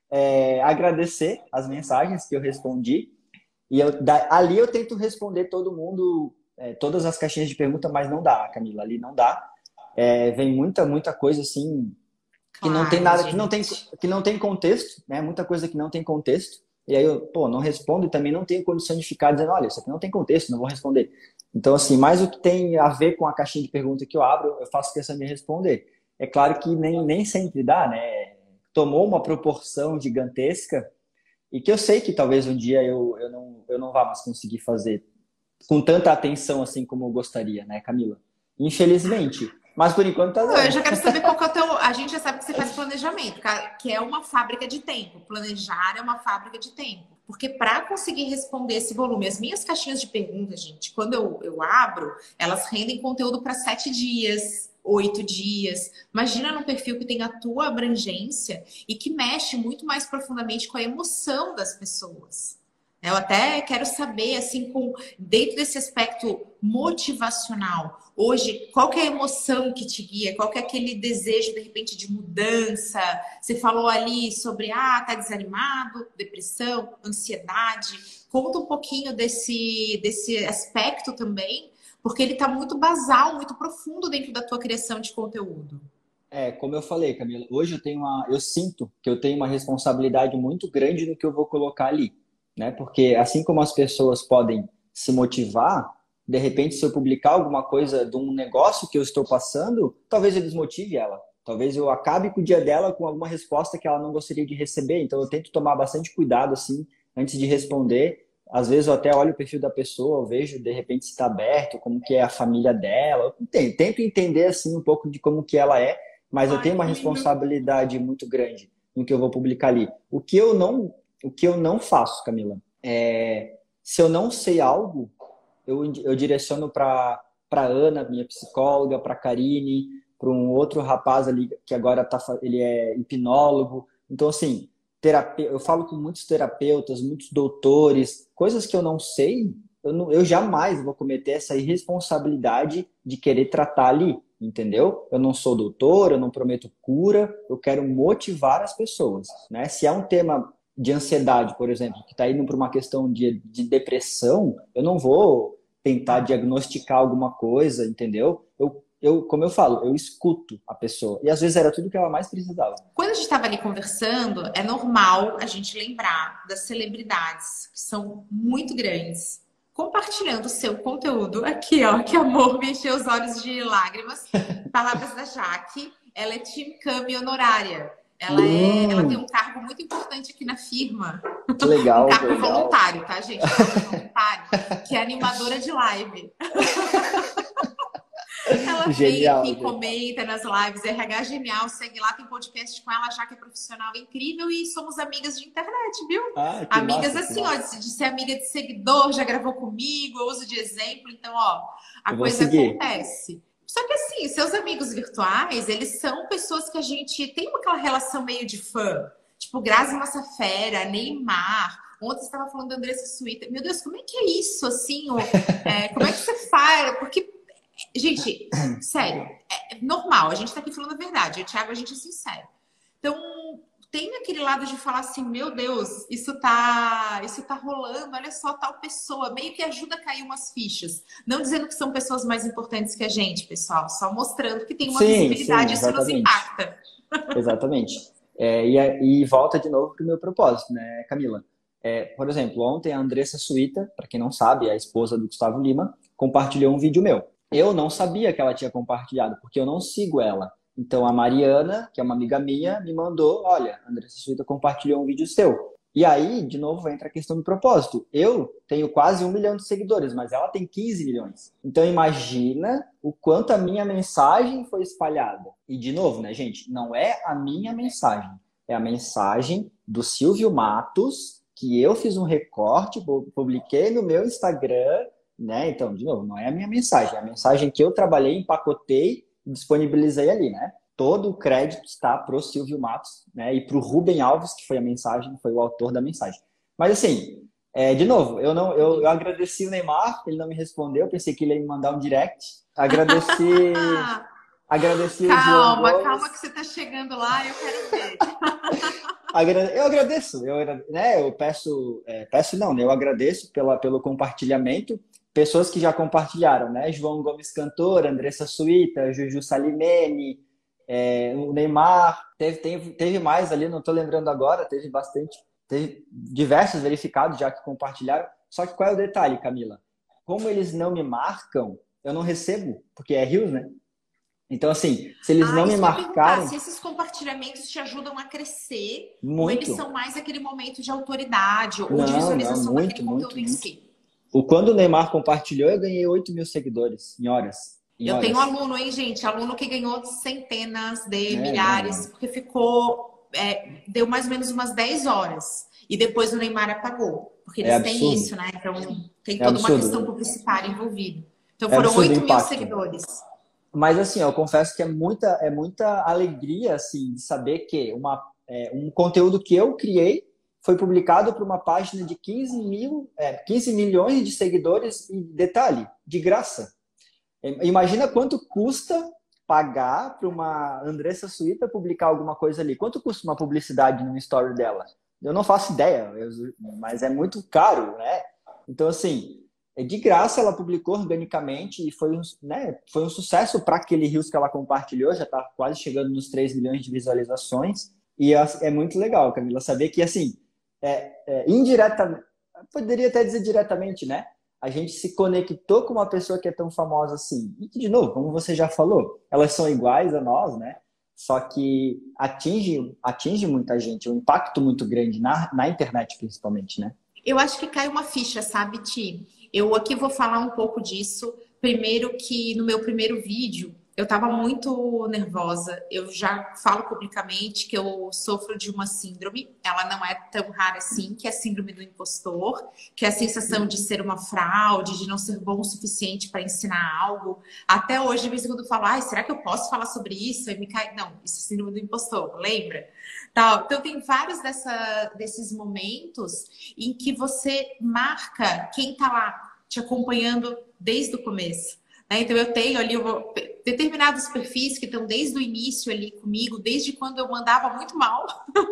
é, agradecer as mensagens que eu respondi. E eu, da, ali eu tento responder todo mundo, é, todas as caixinhas de pergunta, mas não dá, Camila, ali não dá. É, vem muita, muita coisa assim que não tem Claro, nada, que não tem, gente. que não tem contexto, né? Muita coisa que não tem contexto. E aí eu, pô, não respondo e também não tenho condição de ficar dizendo, olha, isso aqui não tem contexto, não vou responder. Então, assim, mais o que tem a ver com a caixinha de pergunta que eu abro, eu faço questão de responder. É claro que nem, nem sempre dá, né? Tomou uma proporção gigantesca e que eu sei que talvez um dia eu, eu, não, eu não vá mais conseguir fazer com tanta atenção assim como eu gostaria, né, Camila? Infelizmente. Mas por enquanto tá Não, eu dando. já quero saber qual que é o teu. A gente já sabe que você faz planejamento, que é uma fábrica de tempo. Planejar é uma fábrica de tempo. Porque para conseguir responder esse volume, as minhas caixinhas de perguntas, gente, quando eu, eu abro, elas rendem conteúdo para sete dias, oito dias. Imagina num perfil que tem a tua abrangência e que mexe muito mais profundamente com a emoção das pessoas. Eu até quero saber, assim, com, dentro desse aspecto motivacional, hoje, qual que é a emoção que te guia? Qual que é aquele desejo, de repente, de mudança? Você falou ali sobre, ah, tá desanimado, depressão, ansiedade. Conta um pouquinho desse, desse aspecto também, porque ele tá muito basal, muito profundo dentro da tua criação de conteúdo. É, como eu falei, Camila, hoje eu tenho uma, eu sinto que eu tenho uma responsabilidade muito grande no que eu vou colocar ali, né? Porque assim como as pessoas podem se motivar, de repente se eu publicar alguma coisa de um negócio que eu estou passando, talvez eu desmotive ela. Talvez eu acabe com o dia dela com alguma resposta que ela não gostaria de receber. Então eu tento tomar bastante cuidado assim antes de responder. Às vezes eu até olho o perfil da pessoa, eu vejo de repente se está aberto, como que é a família dela. Eu tento, tento entender assim um pouco de como que ela é, mas eu Ai, tenho uma que lindo. responsabilidade muito grande no que eu vou publicar ali. O que eu não, o que eu não faço, Camila, é se eu não sei algo, eu, eu direciono para para Ana, minha psicóloga, para Karine, para um outro rapaz ali que agora tá, ele é hipnólogo. Então assim, terape, eu falo com muitos terapeutas, muitos doutores, coisas que eu não sei, eu, não, eu jamais vou cometer essa irresponsabilidade de querer tratar ali, entendeu? Eu não sou doutor, eu não prometo cura, eu quero motivar as pessoas, né? Se é um tema de ansiedade, por exemplo, que está indo para uma questão de, de depressão, eu não vou tentar Tá. diagnosticar alguma coisa, entendeu? Eu, eu, como eu falo, eu escuto a pessoa. E às vezes era tudo que ela mais precisava. Quando a gente estava ali conversando, é normal a gente lembrar das celebridades que são muito grandes, compartilhando o seu conteúdo. Aqui, ó, que amor, me encheu os olhos de lágrimas. Palavras da Jaque, ela é Team Cami honorária. Ela, é, ela tem um cargo muito importante aqui na firma. Que legal, um cargo legal. voluntário, tá, gente? Um cargo voluntário, que é animadora de live. Ela Genial, vem aqui, genial. comenta nas lives, R H Genial, segue lá, tem podcast com ela, já que é profissional, é incrível, e somos amigas de internet, viu? Ah, que Amigas massa, assim, que ó, massa. de, de ser amiga de seguidor, já gravou comigo, eu uso de exemplo, então, ó, a Eu vou coisa seguir. acontece. Só que assim, seus amigos virtuais, eles são pessoas que a gente tem aquela relação meio de fã. Tipo, Grazi Massafera, Neymar. Ontem você estava falando da Andressa Suíta. Meu Deus, como é que é isso, assim? Ou, é, como é que você faz? Porque, gente, sério, é normal. A gente tá aqui falando a verdade. Eu, Thiago, a gente é sincero. Então, tem aquele lado de falar assim, meu Deus, isso tá, isso tá rolando, olha só tal pessoa, meio que ajuda a cair umas fichas. Não dizendo que são pessoas mais importantes que a gente, pessoal, só mostrando que tem uma Sim, sim, visibilidade, isso nos exatamente. impacta. Exatamente. É, e, e volta de novo para o meu propósito, né, Camila? É, por exemplo, ontem a Andressa Suíta, para quem não sabe, é a esposa do Gustavo Lima, compartilhou um vídeo meu. Eu não sabia que ela tinha compartilhado, porque eu não sigo ela. Então a Mariana, que é uma amiga minha, me mandou, olha, a Andressa Suíta compartilhou um vídeo seu. E aí, de novo, entra a questão do propósito. Eu tenho quase um milhão de seguidores, mas ela tem quinze milhões. Então imagina o quanto a minha mensagem foi espalhada. E de novo, né, gente? Não é a minha mensagem. É a mensagem do Silvio Matos, que eu fiz um recorte, publiquei no meu Instagram, né? Então, de novo, não é a minha mensagem. É a mensagem que eu trabalhei, empacotei e disponibilizei ali, né? Todo o crédito está para o Silvio Matos, né? E para o Rubem Alves, que foi a mensagem, foi o autor da mensagem. Mas assim, é, de novo, eu não, eu, eu agradeci o Neymar, ele não me respondeu, pensei que ele ia me mandar um direct. Agradeci, agradeci o João Calma, Gomes. calma que você tá chegando lá, eu quero ver. Eu agradeço, eu, né, eu peço, é, peço não, né, eu agradeço pela, pelo compartilhamento. Pessoas que já compartilharam, né? João Gomes Cantor, Andressa Suíta, Juju Salimene, é, o Neymar, teve, teve, teve mais ali, não estou lembrando agora, teve bastante, teve diversos verificados já que compartilharam. Só que qual é o detalhe, Camila? Como eles não me marcam, eu não recebo, porque é Rios, né? Então, assim, se eles Ah, não me isso que eu ia perguntar, marcarem, se esses compartilhamentos te ajudam a crescer, ou eles muito. são mais aquele momento de autoridade, ou de Não, não, visualização daquele muito, muito, conteúdo em muito. si. O quando o Neymar compartilhou, eu ganhei oito mil seguidores em horas. Em Eu tenho horas. aluno, hein, gente? Aluno que ganhou centenas de É, não, milhares, não. porque ficou. É, deu mais ou menos umas dez horas. E depois o Neymar apagou. Porque É eles têm isso, absurdo. né? Então tem É toda uma questão absurdo. publicitária envolvida. Então É foram absurdo o oito mil impacto. seguidores. Mas assim, eu confesso que é muita, é muita alegria assim, de saber que uma, é, um conteúdo que eu criei foi publicado para uma página de quinze mil, é, quinze milhões de seguidores e detalhe, de graça. Imagina quanto custa pagar para uma Andressa Suíta publicar alguma coisa ali. Quanto custa uma publicidade no story dela? Eu não faço ideia, mas é muito caro, né? Então, assim, de graça ela publicou organicamente e foi um, né, foi um sucesso para aquele Reels que ela compartilhou, já está quase chegando nos três milhões de visualizações. E é muito legal, Camila, saber que, assim, é, é, indiretamente, poderia até dizer diretamente, né? A gente se conectou com uma pessoa que é tão famosa assim. E que, de novo, como você já falou, elas são iguais a nós, né? Só que atinge, atinge muita gente, um impacto muito grande na, na internet, principalmente, né? Eu acho que cai uma ficha, sabe, Ti? Eu aqui vou falar um pouco disso. Primeiro que no meu primeiro vídeo eu tava muito nervosa. Eu já falo publicamente que eu sofro de uma síndrome. Ela não é tão rara assim, que é a síndrome do impostor, que é a sensação de ser uma fraude, de não ser bom o suficiente para ensinar algo. Até hoje, de vez em quando eu falo, ai, será que eu posso falar sobre isso? Aí me cai, não, isso é síndrome do impostor, lembra? Tal. Então tem vários dessa, desses momentos em que você marca quem tá lá te acompanhando desde o começo. Né? Então eu tenho ali uma- determinados perfis que estão desde o início ali comigo, desde quando eu mandava muito mal.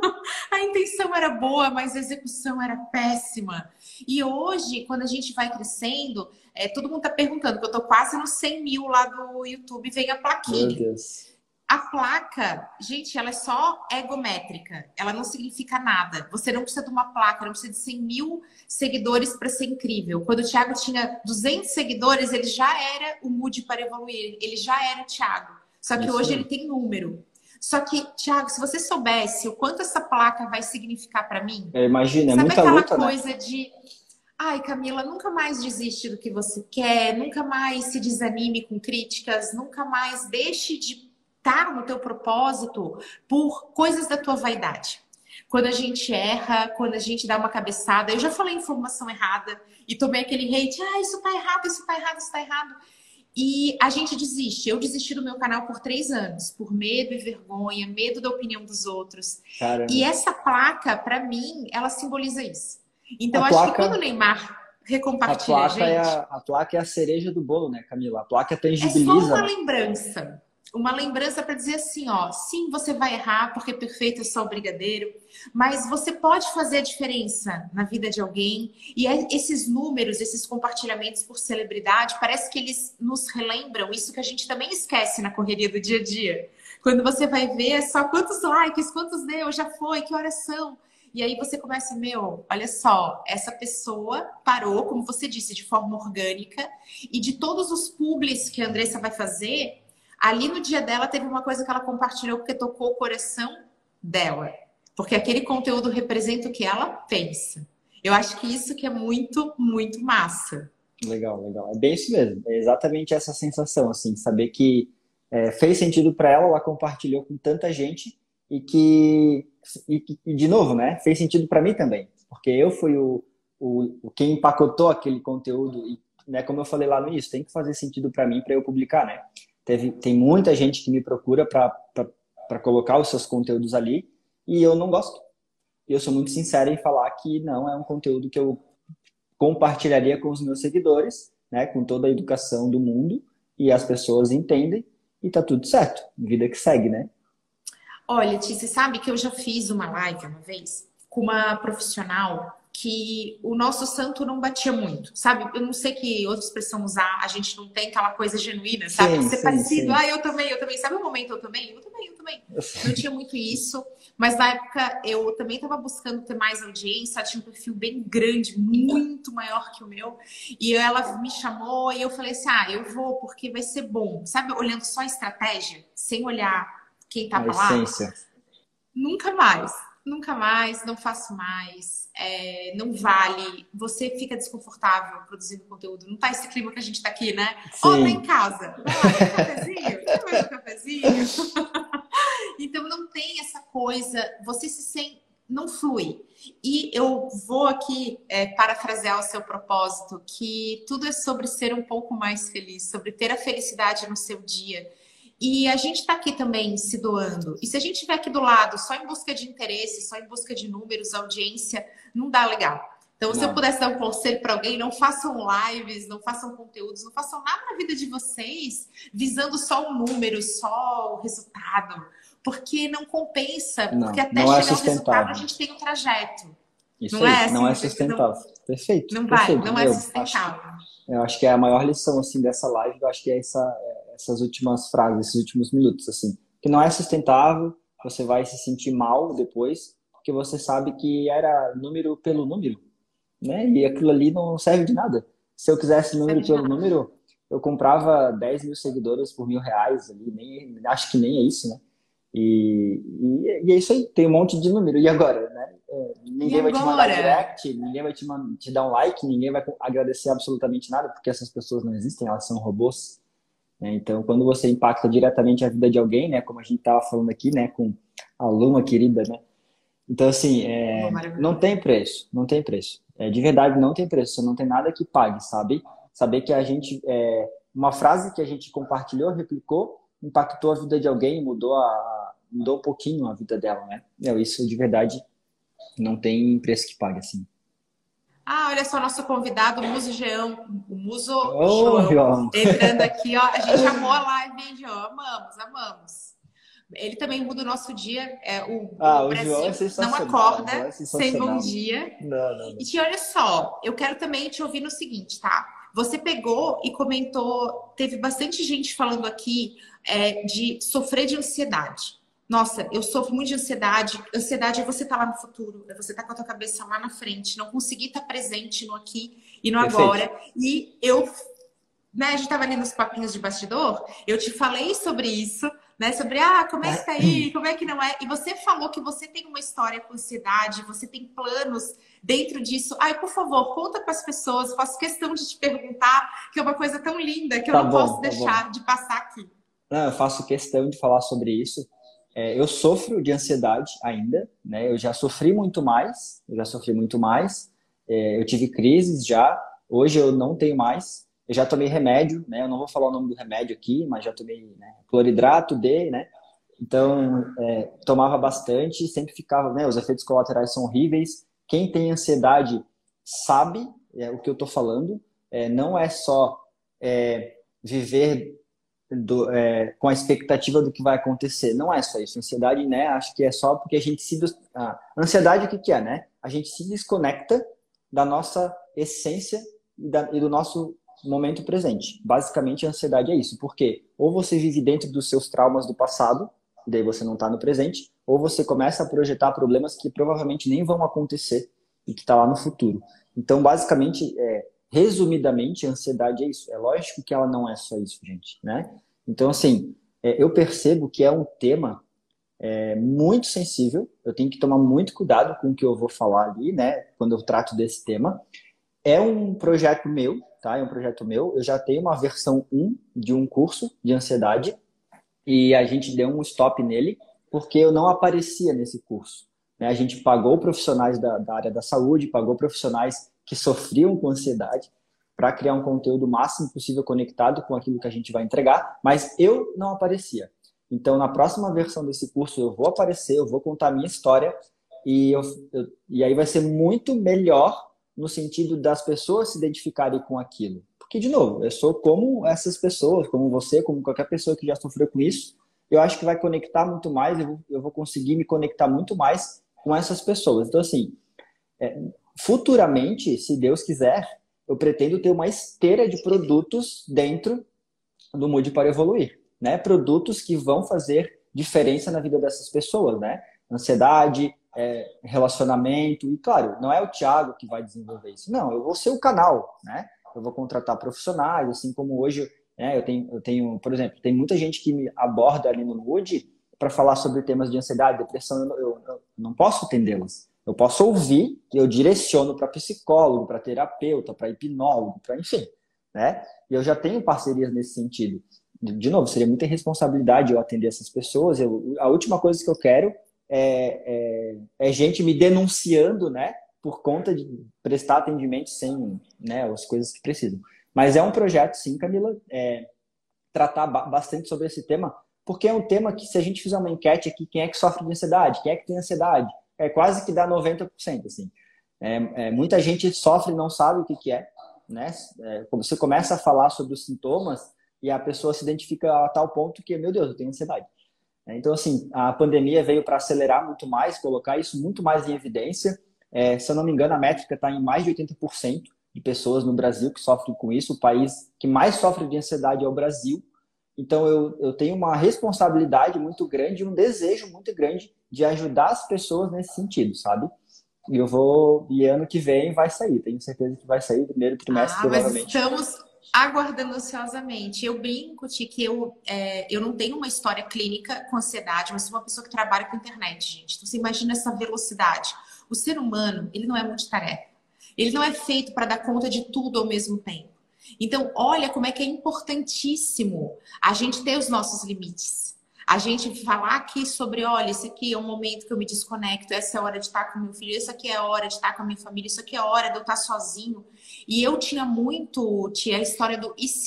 A intenção era boa, mas a execução era péssima. E hoje, quando a gente vai crescendo, é, todo mundo está perguntando, que eu estou quase nos cem mil lá do YouTube, vem a Meu plaquinha. Deus. A placa, gente, ela é só egométrica. Ela não significa nada. Você não precisa de uma placa, não precisa de cem mil seguidores para ser incrível. Quando o Thiago tinha duzentos seguidores, ele já era o Mood para evoluir. Ele já era o Thiago. Só que Isso hoje ele mesmo. tem número. Só que, Thiago, se você soubesse o quanto essa placa vai significar para mim, É, imagina, é sabe muita aquela luta, né? coisa de ai, Camila, nunca mais desiste do que você quer, nunca mais se desanime com críticas, nunca mais deixe de estar no teu propósito por coisas da tua vaidade. Quando a gente erra, quando a gente dá uma cabeçada, eu já falei informação errada e tomei aquele hate, ah, isso tá errado, isso tá errado, isso tá errado. E a gente desiste. Eu desisti do meu canal por três anos, por medo e vergonha, medo da opinião dos outros. E Caramba. essa placa, para mim, ela simboliza isso. A Então, acho que quando o placa, Neymar a recompartilha a placa é a, gente, a placa é a cereja do bolo, né, Camila? A placa é só tangibiliza, uma né? lembrança. Uma lembrança para dizer assim, ó, sim, você vai errar, porque perfeito é só o brigadeiro, mas você pode fazer a diferença na vida de alguém. E é- esses números, esses compartilhamentos por celebridade, parece que eles nos relembram isso que a gente também esquece na correria do dia a dia. Quando você vai ver, é só quantos likes, quantos deu, já foi, que horas são. E aí você começa, meu, olha só, essa pessoa parou, como você disse, de forma orgânica, e de todos os publis que a Andressa vai fazer, ali no dia dela teve uma coisa que ela compartilhou porque tocou o coração dela. Porque aquele conteúdo representa o que ela pensa. Eu acho que isso que é muito, muito massa. Legal, legal. É bem isso mesmo. É exatamente essa sensação, assim, saber que é, fez sentido para ela, ela compartilhou com tanta gente e que, e, que- e, de novo, né, fez sentido para mim também, porque eu fui o, o, o quem empacotou aquele conteúdo e, né, como eu falei lá no início, tem que fazer sentido para mim para eu publicar, né? Teve, tem muita gente que me procura para para colocar os seus conteúdos ali e eu não gosto. Eu sou muito sincero em falar que não é um conteúdo que eu compartilharia com os meus seguidores, né, com toda a educação do mundo, e as pessoas entendem e tá tudo certo. Vida que segue, né? Olha, Ti, você sabe que eu já fiz uma live uma vez com uma profissional que o nosso santo não batia muito, sabe? Eu não sei que outra expressão usar, a gente não tem aquela coisa genuína, sabe? De Sim, ser sim, parecido, sim. ah, eu também, eu também. Sabe o momento eu também? Eu também, eu também. Não tinha muito isso, mas na época eu também estava buscando ter mais audiência, ela tinha um perfil bem grande, muito maior que o meu, e ela me chamou e eu falei assim, ah, eu vou porque vai ser bom, sabe? Olhando só a estratégia, sem olhar quem A tava lá, essência. nunca mais, nunca mais, não faço mais, é, não vale. Você fica desconfortável produzindo conteúdo. Não tá esse clima que a gente tá aqui, né? Ó, tá em Sim, casa. Vai lá, quer um cafezinho? Quer mais um cafezinho? Então não tem essa coisa, você se sente, não flui. E eu vou aqui é, parafrasear o seu propósito, que tudo é sobre ser um pouco mais feliz, sobre ter a felicidade no seu dia. E a gente está aqui também se doando. E se a gente estiver aqui do lado só em busca de interesse, só em busca de números, audiência, não dá legal. Então, se eu não. pudesse dar um conselho para alguém, não façam lives, não façam conteúdos, não façam nada na vida de vocês visando só o número, só o resultado. Porque não compensa, porque Não, até não é chegar ao resultado a sustentável. gente tem um trajeto. Isso Não é aí, não é assim, não, sustentável. Perfeito, não vai, perfeito. não é Meu, acho que, sustentável. eu acho que é a maior lição, assim, dessa live, eu acho que é essa, essas últimas frases, esses últimos minutos, assim. Que não é sustentável, você vai se sentir mal depois, porque você sabe que era número pelo número, né? E aquilo ali não serve de nada. Se eu quisesse Não serve número de pelo nada. número, eu comprava dez mil seguidores por mil reais ali, nem, acho que nem é isso, né? E, e, e é isso aí, tem um monte de número. E agora, né? É, E ninguém vai te mandar agora? direct, ninguém vai te, man- te dar um like, ninguém vai agradecer absolutamente nada, porque essas pessoas não existem, elas são robôs, né? Então, quando você impacta diretamente a vida de alguém, né? Como a gente estava falando aqui, né? Com a Luma querida, né? Então, assim, Uma é, não maravilhosa. tem preço, não tem preço. É, de verdade, não tem preço. Você não tem nada que pague, sabe? Saber que a gente, é, uma frase que a gente compartilhou, replicou, impactou a vida de alguém, mudou a, mudou um pouquinho a vida dela, né? Meu, isso de verdade não tem preço que pague, assim. Ah, olha só, nosso convidado, o Muso Jean, o Muso Ô, João, João. entrando aqui, ó. A gente amou a live, hein, João? Amamos, amamos. Ele também muda o nosso dia. É, o, Ah, o o João é Brasil não sensacional. O João acorda é sem bom sensacional. dia. Não, não, E não. te olha só, eu quero também te ouvir no seguinte, tá? Você pegou e comentou, teve bastante gente falando aqui é, de sofrer de ansiedade. Nossa, eu sofro muito de ansiedade. Ansiedade é você estar lá no futuro, é você estar com a tua cabeça lá na frente, não conseguir estar presente no aqui e no Perfeito. agora. E eu, né, a gente estava ali nos papinhos de bastidor, eu te falei sobre isso, né? Sobre, ah, como é que tá aí? Como é que não é? E você falou que você tem uma história com ansiedade, você tem planos dentro disso. Ai, por favor, conta para as pessoas, faço questão de te perguntar, que é uma coisa tão linda que eu Tá não posso bom, tá bom. deixar de passar aqui. Não, eu faço questão de falar sobre isso. É, eu sofro de ansiedade ainda, né? Eu já sofri muito mais, eu já sofri muito mais. É, eu tive crises já, hoje eu não tenho mais. Eu já tomei remédio, né? Eu não vou falar o nome do remédio aqui, mas já tomei, né, cloridrato D, né? Então, é, tomava bastante, sempre ficava, né? Os efeitos colaterais são horríveis. Quem tem ansiedade sabe é, o que eu tô falando. É, não é só é, viver do, é, com a expectativa do que vai acontecer. Não é só isso. Ansiedade, né? Acho que é só porque a gente se... Ah, ansiedade, o que que é, né? A gente se desconecta da nossa essência e, da, e do nosso momento presente. Basicamente, a ansiedade é isso. Porque ou você vive dentro dos seus traumas do passado, e daí você não está no presente, ou você começa a projetar problemas que provavelmente nem vão acontecer e que está lá no futuro. Então, basicamente, é, resumidamente, a ansiedade é isso. É lógico que ela não é só isso, gente, né? Então, assim, é, eu percebo que é um tema é, muito sensível. Eu tenho que tomar muito cuidado com o que eu vou falar ali, né? Quando eu trato desse tema. É um projeto meu, tá? É um projeto meu. Eu já tenho uma versão um de um curso de ansiedade e a gente deu um stop nele porque eu não aparecia nesse curso, né? A gente pagou profissionais da, da área da saúde, pagou profissionais que sofriam com ansiedade para criar um conteúdo o máximo possível conectado com aquilo que a gente vai entregar, mas eu não aparecia. Então, na próxima versão desse curso, eu vou aparecer, eu vou contar a minha história e, eu, eu, e aí vai ser muito melhor no sentido das pessoas se identificarem com aquilo. Porque, de novo, eu sou como essas pessoas, como você, como qualquer pessoa que já sofreu com isso. Eu acho que vai conectar muito mais, eu vou, eu vou conseguir me conectar muito mais com essas pessoas. Então, assim, é, futuramente, se Deus quiser, eu pretendo ter uma esteira de produtos dentro do Mude para Evoluir, né? Produtos que vão fazer diferença na vida dessas pessoas, né? Ansiedade, é, relacionamento, e claro, não é o Thiago que vai desenvolver isso, não, eu vou ser o canal, né? Eu vou contratar profissionais, assim como hoje, né, eu tenho, eu tenho, por exemplo, tem muita gente que me aborda ali no Mude para falar sobre temas de ansiedade, depressão, eu, eu, eu não posso atendê-las. Eu posso ouvir e eu direciono para psicólogo, para terapeuta, para hipnólogo, para enfim, né? E eu já tenho parcerias nesse sentido. De novo, seria muita irresponsabilidade eu atender essas pessoas. Eu, a última coisa que eu quero é, é, é gente me denunciando, né? Por conta de prestar atendimento sem, né, as coisas que precisam. Mas é um projeto, sim, Camila, é, tratar ba bastante sobre esse tema, porque é um tema que, se a gente fizer uma enquete aqui, quem é que sofre de ansiedade? Quem é que tem ansiedade? É quase que dá noventa por cento, assim. É, é, muita gente sofre e não sabe o que, que é, né? É, você começa a falar sobre os sintomas e a pessoa se identifica a tal ponto que, meu Deus, eu tenho ansiedade. Então, assim, a pandemia veio para acelerar muito mais, colocar isso muito mais em evidência. É, se eu não me engano, a métrica está em mais de oitenta por cento de pessoas no Brasil que sofrem com isso. O país que mais sofre de ansiedade é o Brasil. Então, eu, eu tenho uma responsabilidade muito grande, um desejo muito grande de ajudar as pessoas nesse sentido, sabe? E eu vou, e ano que vem vai sair, tenho certeza que vai sair, primeiro trimestre, Ah, mas provavelmente. estamos aguardando ansiosamente. Eu brinco, Ti, que eu, é, eu não tenho uma história clínica com ansiedade, mas sou uma pessoa que trabalha com internet, gente. Então, você imagina essa velocidade. O ser humano, ele não é multitarefa. Ele não é feito para dar conta de tudo ao mesmo tempo. Então, olha como é que é importantíssimo a gente ter os nossos limites. A gente falar aqui sobre, olha, isso aqui é um momento que eu me desconecto, essa é a hora de estar com meu filho, isso aqui é a hora de estar com a minha família, isso aqui é a hora de eu estar sozinho. E eu tinha muito, tinha a história do e se.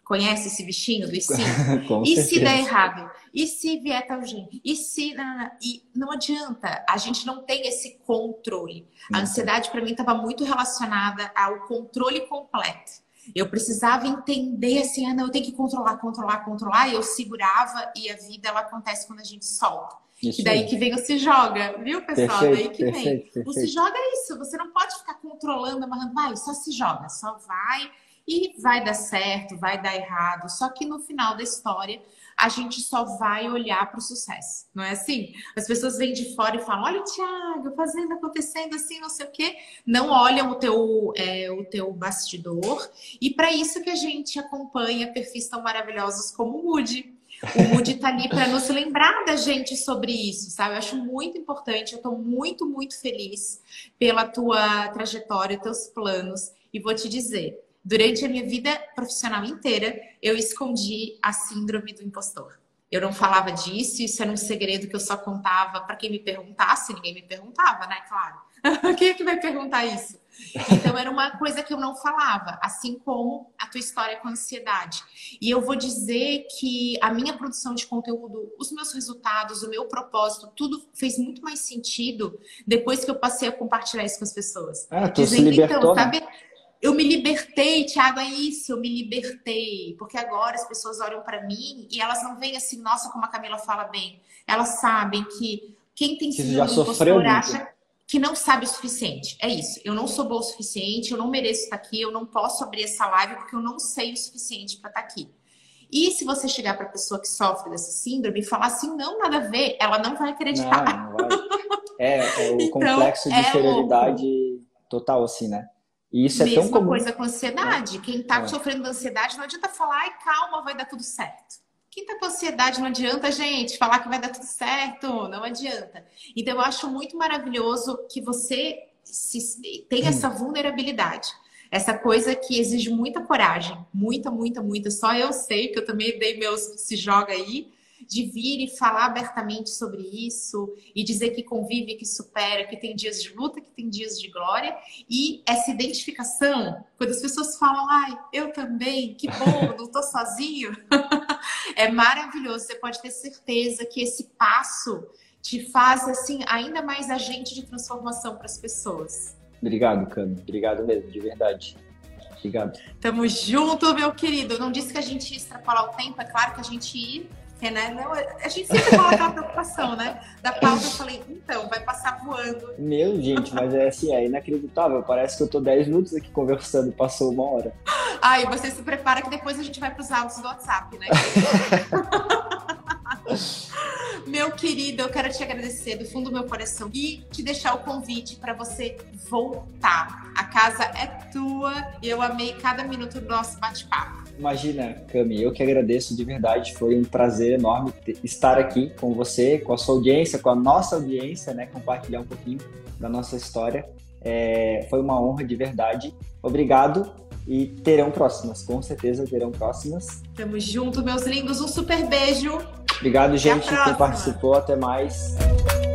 Conhece esse bichinho do e se? Com E certeza. se der errado? E se vier tal gente? E se... Não, não, não. E não adianta. A gente não tem esse controle. A ansiedade, para mim, estava muito relacionada ao controle completo. Eu precisava entender assim, ah, não, eu tenho que controlar, controlar, controlar. E eu segurava e a vida, ela acontece quando a gente solta. Isso E daí aí. que vem o se joga, viu, pessoal? Perfeito, daí que perfeito, vem. perfeito. O se joga é isso. Você não pode ficar controlando, amarrando. Vai, só se joga, só vai. E vai dar certo, vai dar errado. Só que no final da história, a gente só vai olhar para o sucesso. Não é assim? As pessoas vêm de fora e falam, olha o Thiago fazendo, acontecendo assim, não sei o quê. Não olham o teu, é, o teu bastidor. E para isso que a gente acompanha perfis tão maravilhosos como o Moody. O Moody tá ali para nos lembrar da gente sobre isso, sabe? Eu acho muito importante. Eu tô muito, muito feliz pela tua trajetória, teus planos. E vou te dizer... Durante a minha vida profissional inteira, eu escondi a síndrome do impostor. Eu não falava disso, isso era um segredo que eu só contava para quem me perguntasse. Ninguém me perguntava, né? Claro. Quem é que vai perguntar isso? Então, era uma coisa que eu não falava, assim como a tua história com a ansiedade. E eu vou dizer que a minha produção de conteúdo, os meus resultados, o meu propósito, tudo fez muito mais sentido depois que eu passei a compartilhar isso com as pessoas. Ah, tu se Dizendo, libertou, então, né? sabe... Eu me libertei, Thiago, é isso, eu me libertei. Porque agora as pessoas olham para mim e elas não veem assim, nossa, como a Camila fala bem. Elas sabem que quem tem Que já síndrome do sofreu impostor muito. acha que não sabe o suficiente. É isso, eu não sou boa o suficiente, eu não mereço estar aqui, eu não posso abrir essa live porque eu não sei o suficiente para estar aqui. E se você chegar para a pessoa que sofre dessa síndrome e falar assim, não, nada a ver, ela não vai acreditar. Não, não vai. É, é o Então, complexo de é inferioridade louco. total, assim, né? E isso é tão Mesma comum. coisa com ansiedade. Quem tá É. sofrendo de ansiedade, não adianta falar, ai, calma, vai dar tudo certo. Quem tá com ansiedade, não adianta, gente, falar que vai dar tudo certo. Não adianta. Então, eu acho muito maravilhoso que você se, tem essa vulnerabilidade. Essa coisa que exige muita coragem. Muita, muita, muita. Só eu sei, que eu também dei meus se joga aí. De vir e falar abertamente sobre isso e dizer que convive, que supera, que tem dias de luta, que tem dias de glória. E essa identificação, quando as pessoas falam, ai, eu também, que bom, não tô sozinho, é maravilhoso. Você pode ter certeza que esse passo te faz, assim, ainda mais agente de transformação para as pessoas. Obrigado, Cami. Obrigado mesmo, de verdade. Obrigado. Tamo junto, meu querido. Eu não disse que a gente ia extrapolar o tempo, é claro que a gente ia. É, né? Não, a gente sempre fala aquela preocupação, né? Da pauta eu falei, então, vai passar voando. Meu, gente, mas é assim, é inacreditável. Parece que eu tô dez minutos aqui conversando e passou uma hora. Ai, você se prepara que depois a gente vai pros áudios do WhatsApp, né? Meu querido, eu quero te agradecer do fundo do meu coração e te deixar o convite para você voltar. A casa é tua e eu amei cada minuto do nosso bate-papo. Imagina, Cami, eu que agradeço de verdade. Foi um prazer enorme estar aqui com você, com a sua audiência, com a nossa audiência, né? Compartilhar um pouquinho da nossa história. É, foi uma honra de verdade. Obrigado e terão próximas, com certeza terão próximas. Tamo junto, meus lindos. Um super beijo. Obrigado, gente, Até a quem próxima. participou. Até mais.